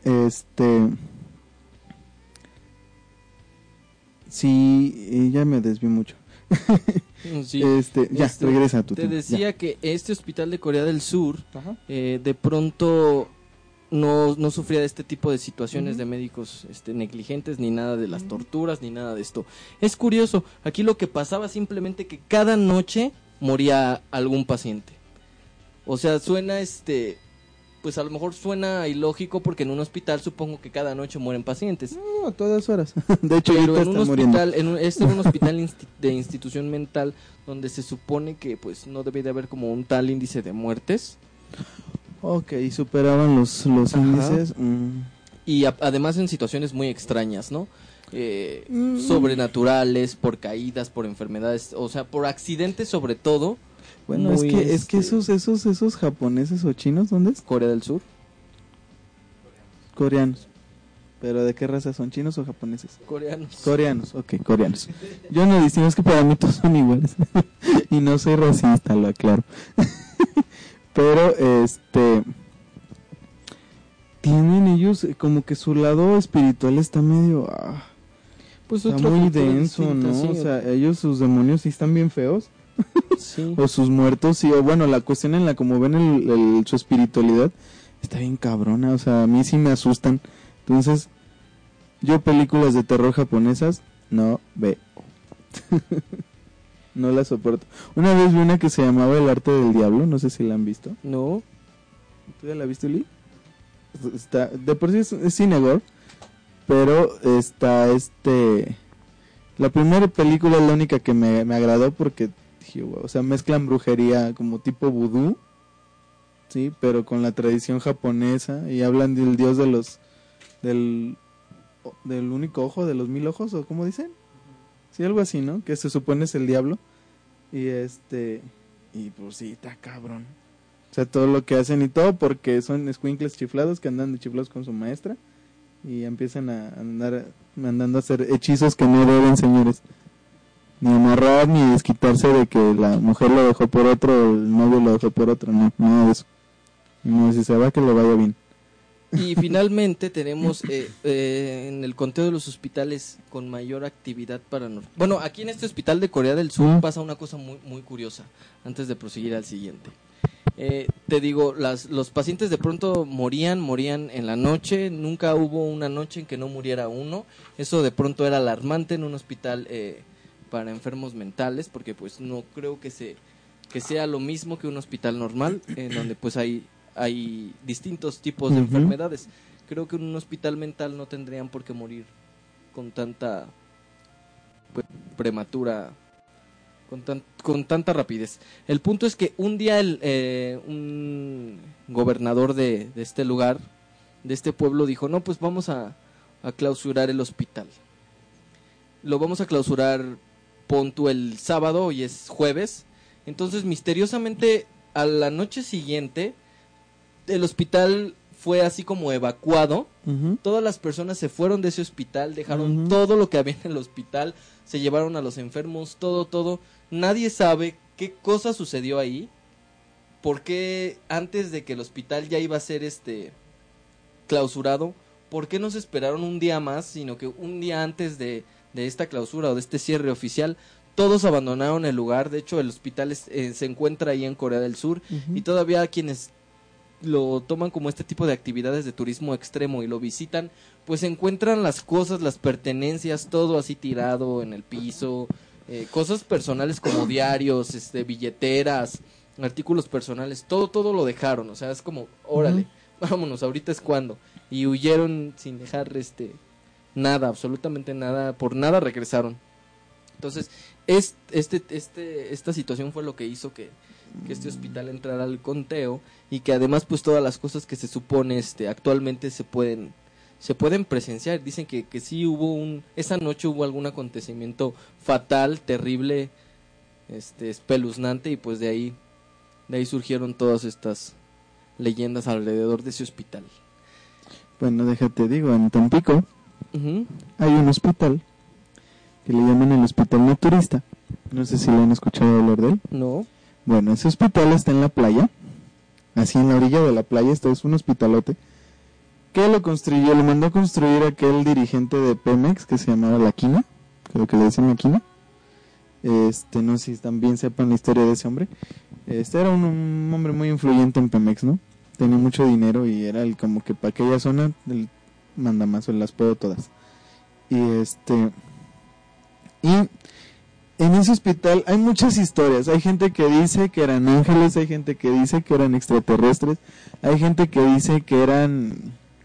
sí, ya me desvié mucho. Sí. Ya, regresa a tu Te tema. decía que este hospital de Corea del Sur, Ajá. de pronto no sufría de este tipo de situaciones Ujú. de médicos negligentes, ni nada de las torturas, ni nada de esto. Es curioso, aquí lo que pasaba simplemente que cada noche moría algún paciente. O sea, suena pues a lo mejor suena ilógico porque en un hospital supongo que cada noche mueren pacientes. No, a todas horas. De hecho, Pero ahorita en un está muriendo. hospital, este era un hospital de institución mental donde se supone que pues no debe de haber como un tal índice de muertes. Ok, superaban los Ajá. índices. y además en situaciones muy extrañas, ¿no? Sobrenaturales, por caídas, por enfermedades, o sea, por accidentes sobre todo. Bueno, muy, es que esos japoneses o chinos, ¿dónde es? Corea del Sur. Coreanos. ¿Pero de qué raza son? ¿Chinos o japoneses? Coreanos. Coreanos, ok, coreanos. Yo no distingo, es que para mí todos son iguales. Y no soy racista, lo aclaro. Pero, tienen ellos como que su lado espiritual está medio... Pues está otra muy cultura denso, distinta, ¿no? sí. O sea, ellos, sus demonios sí están bien feos. Sí. O sus muertos, sí. O bueno, la cuestión en la como ven su espiritualidad está bien cabrona. O sea, a mí sí me asustan. Entonces, yo películas de terror japonesas no veo. No las soporto. Una vez vi una que se llamaba El arte del diablo, no sé si la han visto. No. ¿Tú ya la viste, Uli? Está, de por sí es cine gore, pero está la primera película es la única que me agradó porque dije, wow, o sea, mezclan brujería como tipo vudú, sí, pero con la tradición japonesa y hablan del dios del único ojo, de los 1000 ojos, o ¿cómo dicen? Sí, algo así, ¿no? Que se supone es el diablo. Y y pues sí, está cabrón. O sea, todo lo que hacen y todo porque son escuincles chiflados que andan de chiflados con su maestra y empiezan a andar mandando a hacer hechizos que no deben, señores. Ni amarrar, ni desquitarse de que la mujer lo dejó por otro o el novio lo dejó por otro, no, nada de eso. No, si se va, que le vaya bien. Y finalmente tenemos en el conteo de los hospitales con mayor actividad paranormal. Bueno, aquí en este hospital de Corea del Sur pasa una cosa muy, muy curiosa, antes de proseguir al siguiente. Te digo, los pacientes de pronto morían en la noche, nunca hubo una noche en que no muriera uno. Eso de pronto era alarmante en un hospital para enfermos mentales, porque pues no creo que sea lo mismo que un hospital normal, en donde pues hay distintos tipos de enfermedades. Creo que en un hospital mental no tendrían por qué morir con tanta pues, prematura, con tanta rapidez. El punto es que un día un gobernador de este lugar, de este pueblo, dijo, no, pues vamos a clausurar el hospital. Lo vamos a clausurar, pon tú, el sábado, hoy es jueves. Entonces, misteriosamente, a la noche siguiente, el hospital fue así como evacuado. Todas las personas se fueron de ese hospital, dejaron todo lo que había en el hospital, se llevaron a los enfermos, todo. Nadie sabe qué cosa sucedió ahí, porque antes de que el hospital ya iba a ser clausurado, ¿por qué no se esperaron un día más, sino que un día antes de esta clausura o de este cierre oficial, todos abandonaron el lugar? De hecho, el hospital se encuentra ahí en Corea del Sur, y todavía quienes lo toman como este tipo de actividades de turismo extremo y lo visitan, pues encuentran las cosas, las pertenencias, todo así tirado en el piso, cosas personales como diarios, billeteras, artículos personales, todo lo dejaron. O sea, es como, órale, vámonos, ahorita es cuando. Y huyeron sin dejar nada, absolutamente nada, por nada regresaron. Entonces, esta situación fue lo que hizo que este hospital entrara al conteo, y que además pues todas las cosas que se supone actualmente se pueden presenciar. Dicen que sí esa noche hubo algún acontecimiento fatal, terrible, espeluznante, y pues de ahí surgieron todas estas leyendas alrededor de ese hospital. Bueno, déjate digo, en Tampico hay un hospital que le llaman el Hospital Naturista. No sé si le han escuchado hablar de él. No. Bueno, ese hospital está en la playa, así en la orilla de la playa. Esto es un hospitalote que lo mandó a construir aquel dirigente de Pemex que se llamaba La Quina, creo que le decían La Quina. No sé si también sepan la historia de ese hombre. Era un hombre muy influyente en Pemex, ¿no? Tenía mucho dinero y era como que para aquella zona el mandamazo, las puedo todas. Y en ese hospital hay muchas historias. Hay gente que dice que eran ángeles, hay gente que dice que eran extraterrestres, hay gente que dice que eran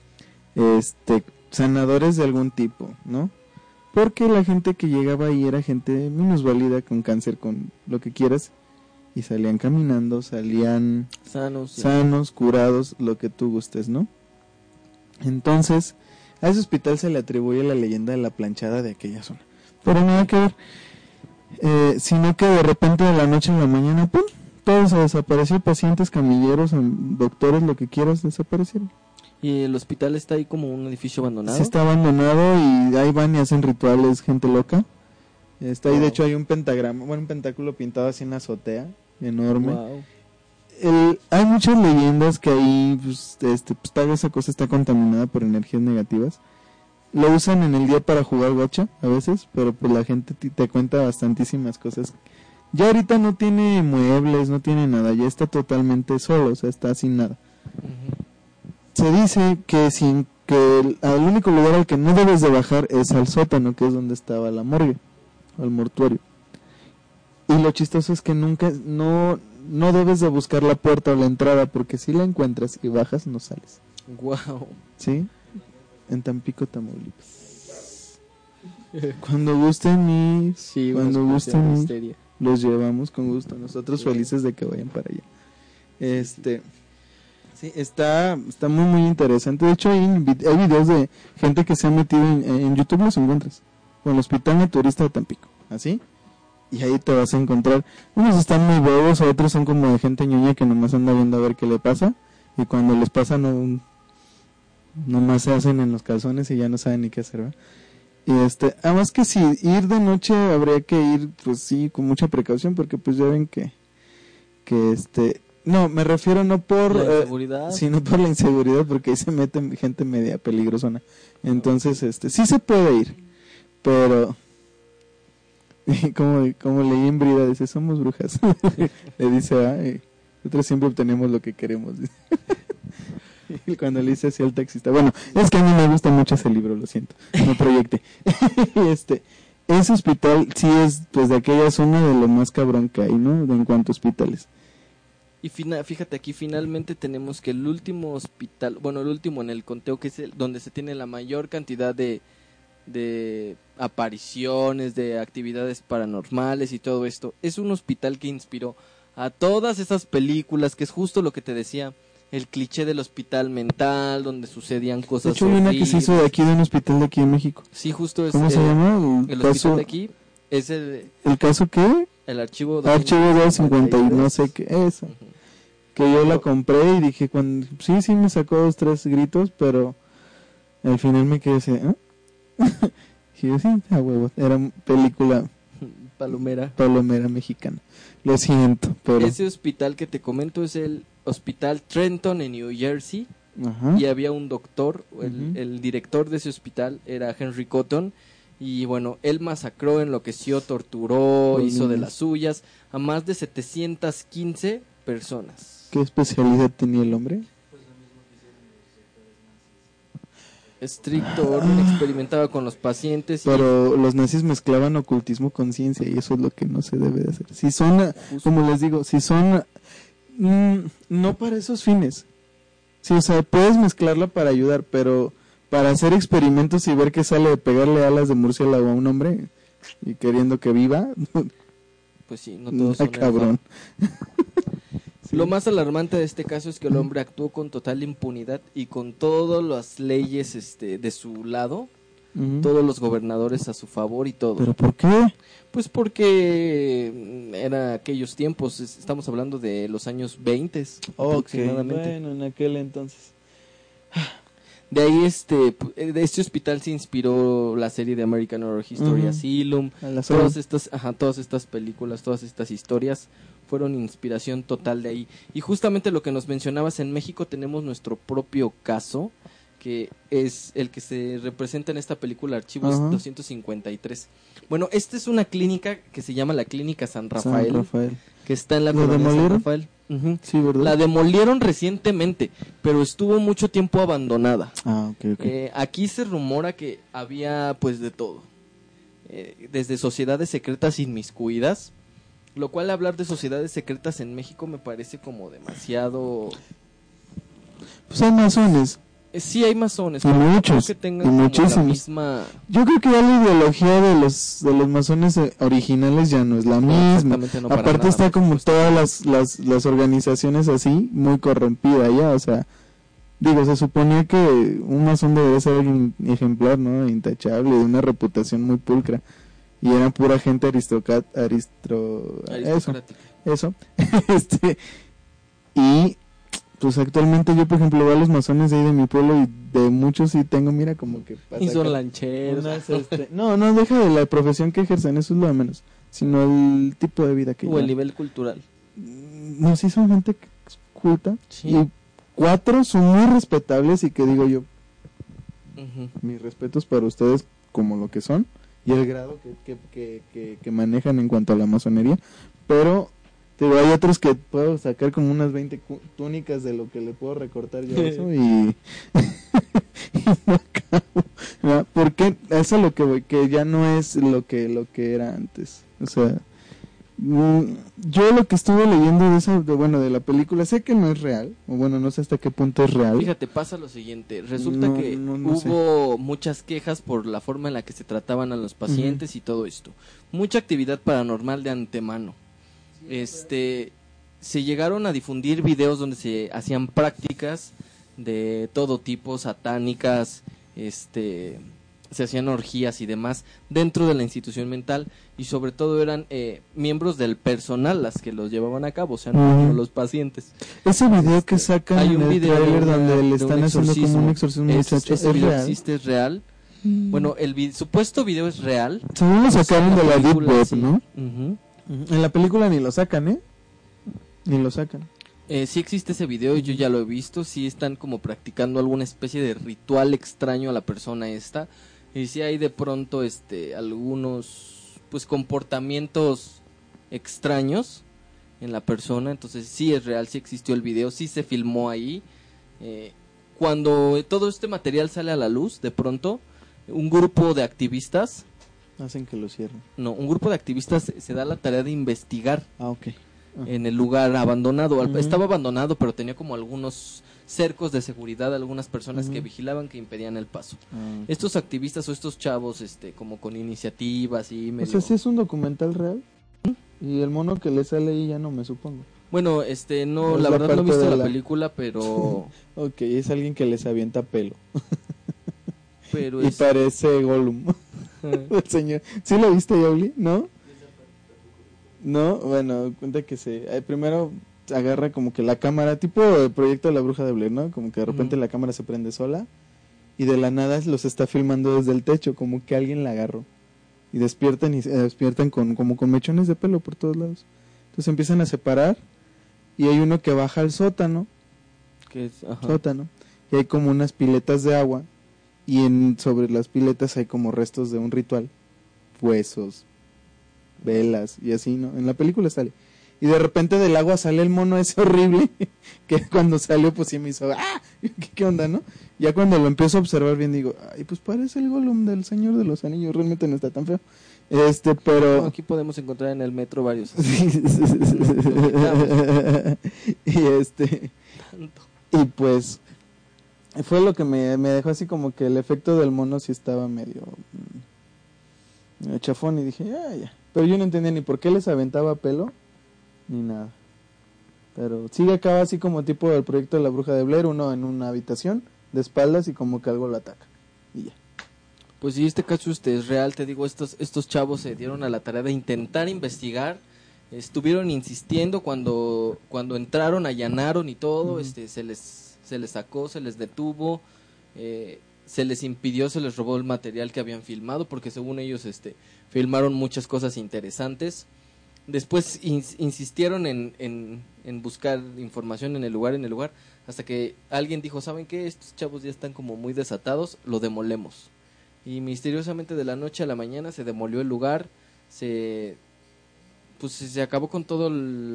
sanadores de algún tipo, ¿no? Porque la gente que llegaba ahí era gente minusválida, con cáncer, con lo que quieras, y salían caminando, salían sanos, curados, lo que tú gustes, ¿no? Entonces, A ese hospital se le atribuye la leyenda de la planchada de aquella zona. Pero nada que ver. Sino que de repente de la noche a la mañana, ¡pum!, todo se desapareció. Pacientes, camilleros, doctores, lo que quieras, desaparecieron. ¿Y el hospital está ahí como un edificio abandonado? Sí, está abandonado y ahí van y hacen rituales, gente loca. Está ahí, de hecho hay un pentagrama, bueno, un pentáculo pintado así en la azotea, enorme. Wow. Hay muchas leyendas que ahí, pues tal vez esa cosa está contaminada por energías negativas. Lo usan en el día para jugar gocha a veces, pero pues la gente te cuenta bastantísimas cosas. Ya ahorita no tiene muebles, no tiene nada, ya está totalmente solo, o sea, está sin nada. Se dice que el único lugar al que no debes de bajar es al sótano, que es donde estaba la morgue, al mortuario. Y lo chistoso es que nunca, no debes de buscar la puerta o la entrada, porque si la encuentras y bajas, no sales. Wow. ¿Sí? En Tampico, Tamaulipas. Cuando gusten ir, Sí, cuando una gusten ir, misteria. los llevamos con gusto. Nosotros felices de que vayan para allá. Sí, está muy muy interesante. De hecho hay videos de gente que se ha metido en YouTube, los encuentras con el Hospital Naturista de Tampico, así, y ahí te vas a encontrar. Unos están muy bobos, otros son como de gente ñoña que nomás anda viendo a ver qué le pasa, y cuando les pasa nomás se hacen en los calzones y ya no saben ni qué hacer, ¿verdad? Y además que si ir de noche habría que ir, pues sí, con mucha precaución, porque pues ya ven que no, me refiero no por la inseguridad, sino por la inseguridad, porque ahí se mete gente media peligrosona. Entonces, sí se puede ir, pero como leí en Brida, dice, somos brujas. Le dice, nosotros siempre obtenemos lo que queremos. Y cuando le dice así al taxista, bueno, es que a mí me gusta mucho ese libro, lo siento, no proyecte. Ese hospital sí es, pues, de aquella zona de lo más cabrón que hay, ¿no? En cuanto a hospitales. Y fíjate, aquí finalmente tenemos que el último hospital, bueno, el último en el conteo, que es donde se tiene la mayor cantidad de apariciones, de actividades paranormales y todo esto, es un hospital que inspiró a todas esas películas, que es justo lo que te decía, el cliché del hospital mental, donde sucedían cosas. De hecho, hay una que se hizo de aquí, de un hospital de aquí en México. Sí, justo es. ¿Cómo se llama? El hospital de aquí es ¿El caso qué? el archivo 250 y no sé qué, eso. Que yo la compré y dije, sí me sacó 2-3 gritos, pero al final me quedé así, y yo, sí, a huevo, era película palomera mexicana. Lo siento, pero ese hospital que te comento es el Hospital Trenton en New Jersey. Ajá. Y había un doctor, el director de ese hospital era Henry Cotton, y bueno, él masacró, enloqueció, torturó, hizo de las suyas a más de 715 personas. ¿Qué especialidad tenía el hombre? Estricto, experimentaba con los pacientes. Pero los nazis mezclaban ocultismo con ciencia y eso es lo que no se debe de hacer. Si son, como les digo, si son, no para esos fines. Sí, o sea, puedes mezclarla para ayudar, pero para hacer experimentos y ver qué sale de pegarle alas de murciélago a un hombre y queriendo que viva, pues sí, no todos son cabrón. Sí. Lo más alarmante de este caso es que el hombre actuó con total impunidad y con todas las leyes de su lado, todos los gobernadores a su favor y todo. ¿Pero por qué? Pues porque era aquellos tiempos, estamos hablando de los años 20 aproximadamente. Bueno, en aquel entonces. De ahí de este hospital se inspiró la serie de American Horror Story Asylum, todas estas películas, todas estas historias fueron inspiración total de ahí. Y justamente lo que nos mencionabas, en México tenemos nuestro propio caso, que es el que se representa en esta película Archivos 253. Bueno, esta es una clínica que se llama la Clínica San Rafael, que está en la colonia San Rafael. Sí, ¿verdad? La demolieron recientemente, pero estuvo mucho tiempo abandonada. Okay. Aquí se rumora que había pues de todo, desde sociedades secretas inmiscuidas, lo cual hablar de sociedades secretas en México me parece como demasiado. Pues hay masones. Sí, hay masones, y muchos, que tengan muchísimos. La misma. Yo creo que ya la ideología de los masones originales ya no es la misma. No, aparte nada, está como todas las organizaciones así, muy corrompida ya, o sea, Digo, se suponía que un masón debería ser alguien ejemplar, ¿no? Intachable, de una reputación muy pulcra. Y era pura gente Aristocrática. Eso. Y pues actualmente yo, por ejemplo, veo a los masones de ahí de mi pueblo y de muchos sí tengo, mira, como que... para Y son sacar lancheros. No, deja de la profesión que ejercen, eso es lo de menos. Sino el tipo de vida que O el llevan. nivel cultural. No, sí son gente culta. Sí. Y 4 son muy respetables y que digo yo, Ujú. mis respetos para ustedes como lo que son y el grado que manejan en cuanto a la masonería, pero te digo, hay otros que puedo sacar como unas 20 túnicas de lo que le puedo recortar yo a eso y, y no acabo, ¿verdad? Porque eso es lo que voy, que ya no es lo que era antes, o sea, yo lo que estuve leyendo de la película, sé que no es real, o bueno, no sé hasta qué punto es real. Fíjate, pasa lo siguiente, resulta No, que no hubo muchas quejas por la forma en la que se trataban a los pacientes y todo esto. Mucha actividad paranormal de antemano. Se llegaron a difundir videos donde se hacían prácticas de todo tipo, satánicas, se hacían orgías y demás dentro de la institución mental, y sobre todo eran miembros del personal las que los llevaban a cabo, o sea, no los pacientes. Ese video que sacan Hay en un el video trailer de donde le un están haciendo como un exorcismo a un muchacho, ese ¿es video real? existe, es real. Bueno, el supuesto video es real. Según lo sacaron de la Deep película, Web, sí. ¿no? Ujú. En la película ni lo sacan, ¿eh? Ni lo sacan. Sí existe ese video, yo ya lo he visto, sí están como practicando alguna especie de ritual extraño a la persona esta, y sí hay de pronto algunos pues comportamientos extraños en la persona, entonces sí es real, sí existió el video, sí se filmó ahí. Cuando todo este material sale a la luz, de pronto un grupo de activistas, Hacen que lo cierren. un grupo de activistas se da la tarea de investigar Ah, ok. en el lugar abandonado. Ujú. Estaba abandonado, pero tenía como algunos cercos de seguridad, algunas personas Ujú. que vigilaban, que impedían el paso. Ah, ok. Estos activistas o estos chavos, como con iniciativas y O medio... sea, ¿sí es un documental real? Y el mono que le sale ahí ya no me supongo. Bueno, no, Es la la verdad no he parte visto de la la- película, pero... Ok, es alguien que les avienta pelo. pero Y parece Gollum. El señor. ¿Sí lo viste, Yauli? ¿No? No, bueno, cuenta que primero agarra como que la cámara, tipo el proyecto de la bruja de Blair, ¿no? Como que de repente Ujú. la cámara se prende sola y de la nada los está filmando desde el techo, como que alguien la agarró. Y se despiertan como con mechones de pelo por todos lados. Entonces empiezan a separar y hay uno que baja al sótano, ajá. y hay como unas piletas de agua y sobre las piletas hay como restos de un ritual, huesos, velas y así, ¿no? En la película sale. Y de repente del agua sale el mono ese horrible, que cuando salió pues sí me hizo, ¡ah! ¿Qué onda, no? Ya cuando lo empiezo a observar bien digo, ay, pues parece el Gollum del Señor de los Anillos, realmente no está tan feo. Pero... No, aquí podemos encontrar en el metro varios. y pues fue lo que me dejó así como que el efecto del mono sí estaba medio chafón y dije, ya. Pero yo no entendía ni por qué les aventaba pelo ni nada. Pero sí acaba así como tipo del proyecto de la bruja de Blair, uno en una habitación de espaldas y como que algo lo ataca. Y ya. Pues sí, este caso es real, te digo, estos chavos se dieron a la tarea de intentar investigar, estuvieron insistiendo cuando entraron, allanaron y todo, Ujú. se les sacó, se les detuvo, se les impidió, se les robó el material que habían filmado, porque según ellos filmaron muchas cosas interesantes. Después insistieron en buscar información en el lugar, hasta que alguien dijo, ¿saben qué? Estos chavos ya están como muy desatados, lo demolemos. Y misteriosamente de la noche a la mañana se demolió el lugar, se acabó con todo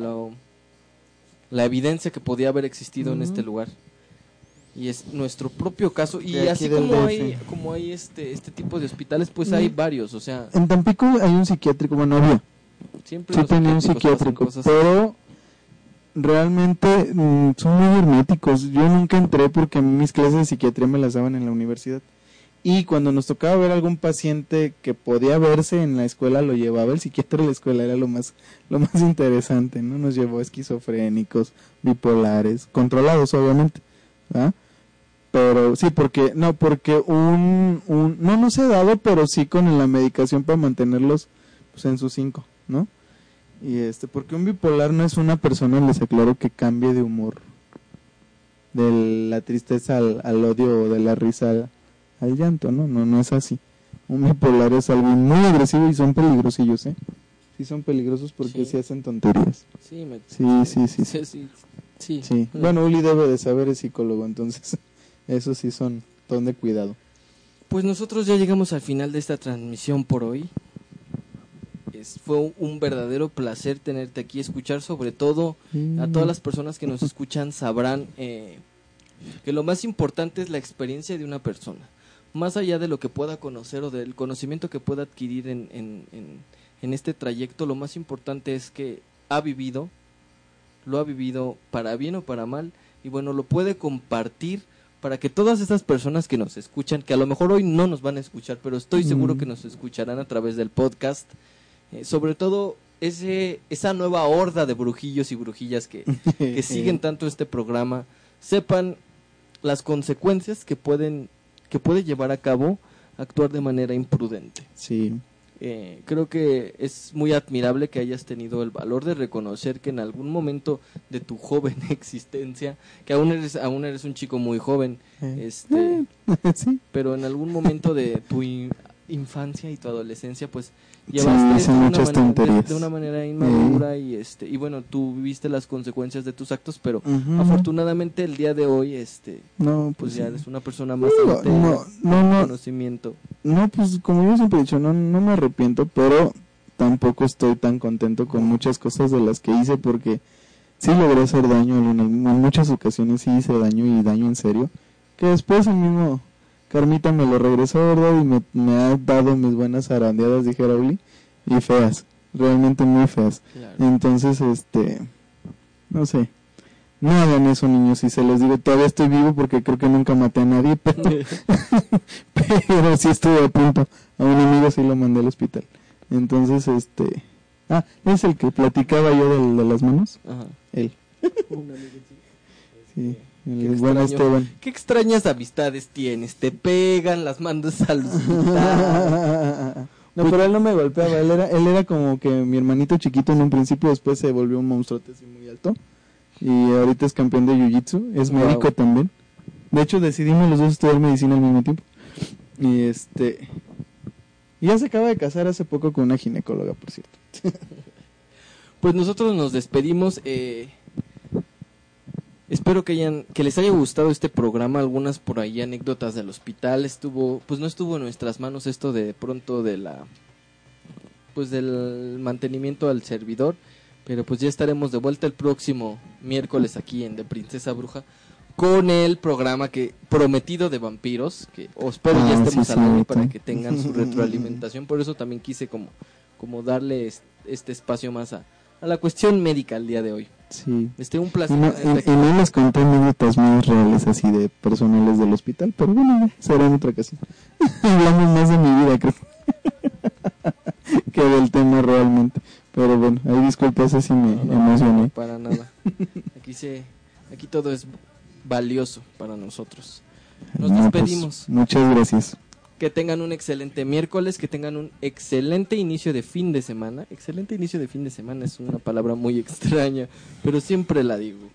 la evidencia que podía haber existido en este lugar. Y es nuestro propio caso, y De así aquí del DF. como hay este tipo de hospitales, pues hay varios, o sea, En Tampico hay un psiquiátrico, bueno, había. siempre Sí los tenía un psiquiátricos psiquiátrico, pasan cosas. pero realmente son muy herméticos. Yo nunca entré porque a mí mis clases de psiquiatría me las daban en la universidad. Y cuando nos tocaba ver algún paciente que podía verse en la escuela, lo llevaba el psiquiatra de la escuela, era lo más interesante, ¿no? Nos llevó esquizofrénicos, bipolares, controlados obviamente, ¿verdad? Pero sí, porque no se ha dado, pero sí con la medicación para mantenerlos pues en sus 5, ¿no? Y porque un bipolar no es una persona, les aclaro, que cambie de humor, de la tristeza al odio o de la risa al llanto, no es así. Un bipolar es algo muy agresivo y son peligrosillos, ¿eh? Sí son peligrosos porque sí hacen tonterías. Sí. Bueno, Uli debe de saber, es psicólogo, entonces eso sí son de cuidado. Pues nosotros ya llegamos al final de esta transmisión por hoy. Fue un verdadero placer tenerte aquí, escuchar sobre todo a todas las personas que nos escuchan sabrán que lo más importante es la experiencia de una persona, más allá de lo que pueda conocer o del conocimiento que pueda adquirir en este trayecto. Lo más importante es que lo ha vivido para bien o para mal, y bueno, lo puede compartir para que todas esas personas que nos escuchan, que a lo mejor hoy no nos van a escuchar, pero estoy seguro que nos escucharán a través del podcast, sobre todo esa nueva horda de brujillos y brujillas que siguen tanto este programa, sepan las consecuencias que puede llevar a cabo actuar de manera imprudente. Sí. Creo que es muy admirable que hayas tenido el valor de reconocer que en algún momento de tu joven existencia, que aún eres un chico muy joven, sí. pero en algún momento de tu infancia y tu adolescencia, pues llevaste esto de una manera inmadura y bueno, tú viviste las consecuencias de tus actos, pero afortunadamente el día de hoy pues ya eres una persona más conocimiento. No, pues como yo siempre he dicho, no me arrepiento, pero tampoco estoy tan contento con muchas cosas de las que hice, porque sí logré hacer daño en muchas ocasiones, sí hice daño y daño en serio, que después el mismo Carmita me lo regresó, ¿verdad? Y me ha dado mis buenas zarandeadas, dijera Uli, y feas, realmente muy feas. Claro. Entonces, no sé, no hagan eso, niños, y se los digo, todavía estoy vivo porque creo que nunca maté a nadie, pero sí estuve a punto. A un amigo sí lo mandé al hospital. Entonces, es el que platicaba yo de las manos. Ajá. Él. Un amigo, sí. Bueno, Esteban. Qué extrañas amistades tienes, te pegan, las mandas al hospital. No, pero él no me golpeaba, él era como que mi hermanito chiquito en un principio, después se volvió un monstruote así muy alto, y ahorita es campeón de jiu-jitsu, es médico también. De hecho decidimos los dos estudiar medicina al mismo tiempo. Y ya se acaba de casar hace poco con una ginecóloga, por cierto. Pues nosotros nos despedimos. Espero que les haya gustado este programa. Algunas por ahí anécdotas del hospital. No estuvo en nuestras manos esto de pronto del mantenimiento al servidor, pero pues ya estaremos de vuelta el próximo miércoles aquí en De Princesa Bruja con el programa prometido de vampiros, que espero ya estemos al aire para que tengan su retroalimentación. Por eso también quise como darle este espacio más a la cuestión médica el día de hoy. Sí. Un placer. Y no les conté anécdotas muy reales así de personales del hospital, pero bueno, será en otra ocasión. Hablamos más de mi vida, creo, que del tema realmente. Pero bueno, ahí disculpas si me emocioné. Para nada. Aquí todo es valioso para nosotros. Nos despedimos. Pues, muchas gracias. Que tengan un excelente miércoles, que tengan un excelente inicio de fin de semana. Excelente inicio de fin de semana es una palabra muy extraña, pero siempre la digo.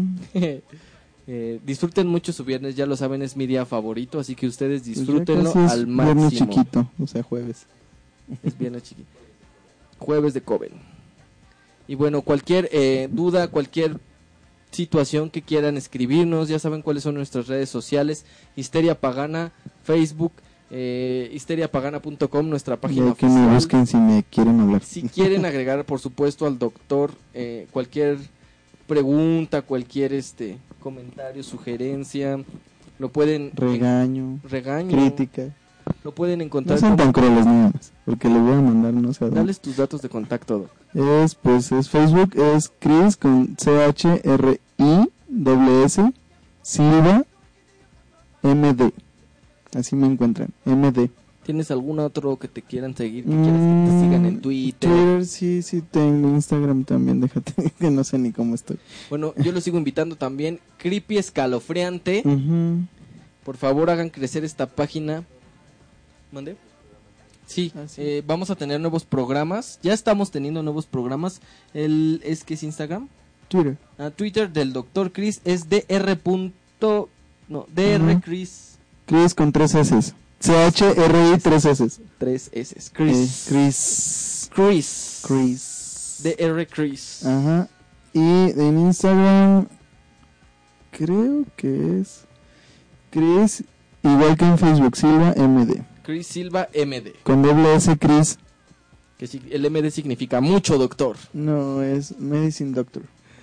Disfruten mucho su viernes, ya lo saben, es mi día favorito, así que ustedes disfrútenlo al máximo. Viernes chiquito, o sea, jueves. Es viernes chiquito. Jueves de Coven. Y bueno, cualquier duda, cualquier situación que quieran escribirnos, ya saben cuáles son nuestras redes sociales: Histeria Pagana, Facebook, histeriapagana.com, nuestra página que oficial. Me busquen si me quieren hablar. Si quieren agregar, por supuesto, al doctor cualquier pregunta, cualquier comentario, sugerencia, lo pueden... Regaño, crítica. Lo pueden encontrar. No son tan crueles nada más, porque les voy a mandar, no sé a dónde. Dales tus datos de contacto, Doc. Es Facebook, es Chris con CHRIWS Silva MD. Así me encuentran, MD. ¿Tienes algún otro que te quieran seguir, que quieras que te sigan en Twitter? Twitter sí tengo, Instagram también, déjate, que no sé ni cómo estoy. Bueno, yo lo sigo invitando también, Creepy Escalofriante. Por favor, hagan crecer esta página. ¿Mande? Sí, sí. vamos a tener nuevos programas. Ya estamos teniendo nuevos programas. ¿Es que es Instagram? Twitter. Twitter del Dr. Chris es Dr. Chris. Chris con 3 S. CHRI 3 S. 3 S. Chris. Dr. Chris. Ajá. Y en Instagram creo que es Chris, igual que en Facebook, Silva MD. Chris Silva MD. Con doble S, Chris. Que el MD significa mucho doctor. No, es Medicine Doctor.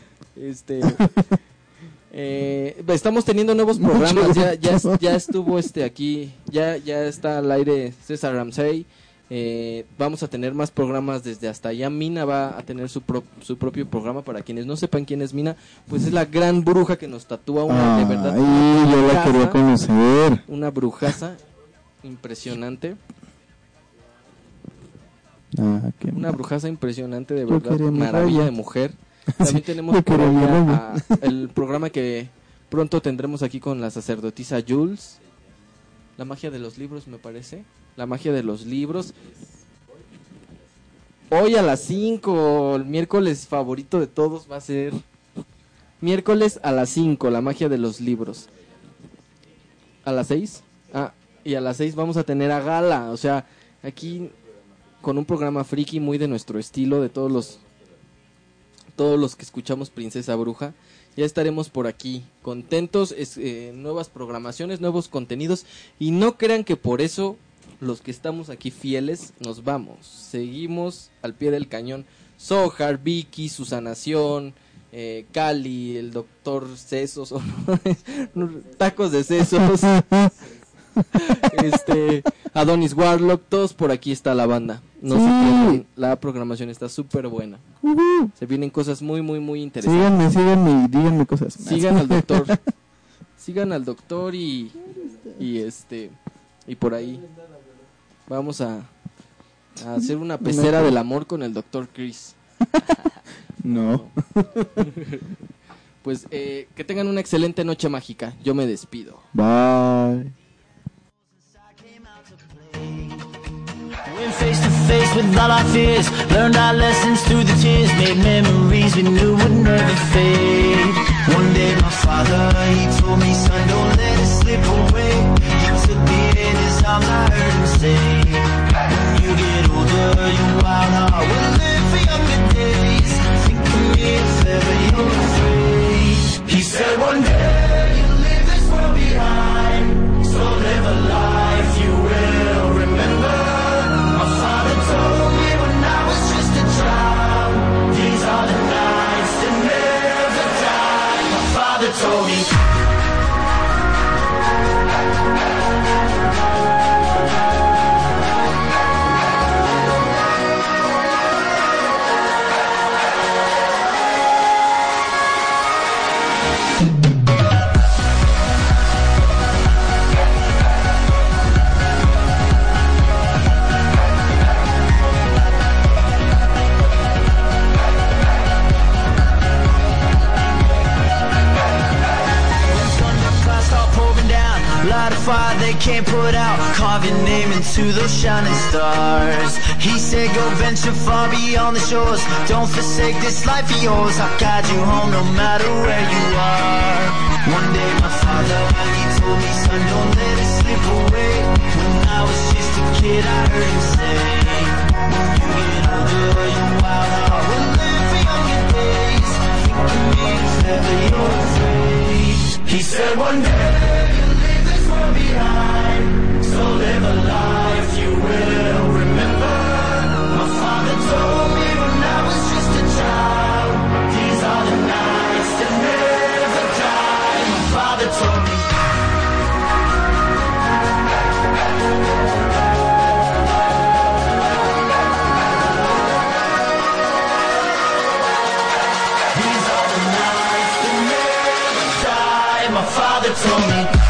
Estamos teniendo nuevos programas. Ya estuvo aquí. Ya está al aire César Ramsey. Vamos a tener más programas desde hasta allá. Mina va a tener su propio programa. Para quienes no sepan quién es Mina, pues es la gran bruja que nos tatúa de verdad. Yo la quería conocer. Una brujaza impresionante. Una brujaza impresionante, de verdad. Maravilla de mujer. También tenemos por allá el programa que pronto tendremos aquí con la sacerdotisa Jules. La magia de los libros, me parece. La magia de los libros. Hoy a las 5, el miércoles favorito de todos va a ser miércoles a las 5, la magia de los libros. ¿A las 6? Y a las 6 vamos a tener a Gala. O sea, aquí con un programa friki muy de nuestro estilo, de todos los que escuchamos Princesa Bruja. Ya estaremos por aquí, contentos, nuevas programaciones, nuevos contenidos. Y no crean que por eso los que estamos aquí fieles nos vamos. Seguimos al pie del cañón. Sohar, Vicky, Susanación, Cali, el doctor Sesos, tacos de sesos, Adonis Warlock, todos por aquí está la banda. No se pierdan, la programación está súper buena. Se vienen cosas muy, muy, muy interesantes. Síganme y díganme cosas. Sigan al doctor. Sigan al doctor y por ahí vamos a hacer una pecera del amor con el doctor Chris. No. Pues que tengan una excelente noche mágica. Yo me despido. Bye. Went face to face with all our fears, learned our lessons through the tears, made memories we knew would never fade. One day my father, he told me, son, don't let it slip away. He took me in his arms, I heard him say, when you get older, your wild heart will live for younger days. Think of me if ever you're afraid. He said one day you'll leave this world behind, so live a life you will remember. Told me when I was just a child, these are the nights that never die. My father told me. Fire they can't put out, carve your name into those shining stars. He said go venture far beyond the shores, don't forsake this life of yours. I'll guide you home no matter where you are. One day my father, he told me, son, don't let it slip away. When I was just a kid I heard him say, when you get older your wild heart will live for younger days. Think of me if ever you're afraid. He said one day behind, so live a life you will remember. My father told me when I was just a child, these are the nights that never die. My father told me. These are the nights that never die. My father told me.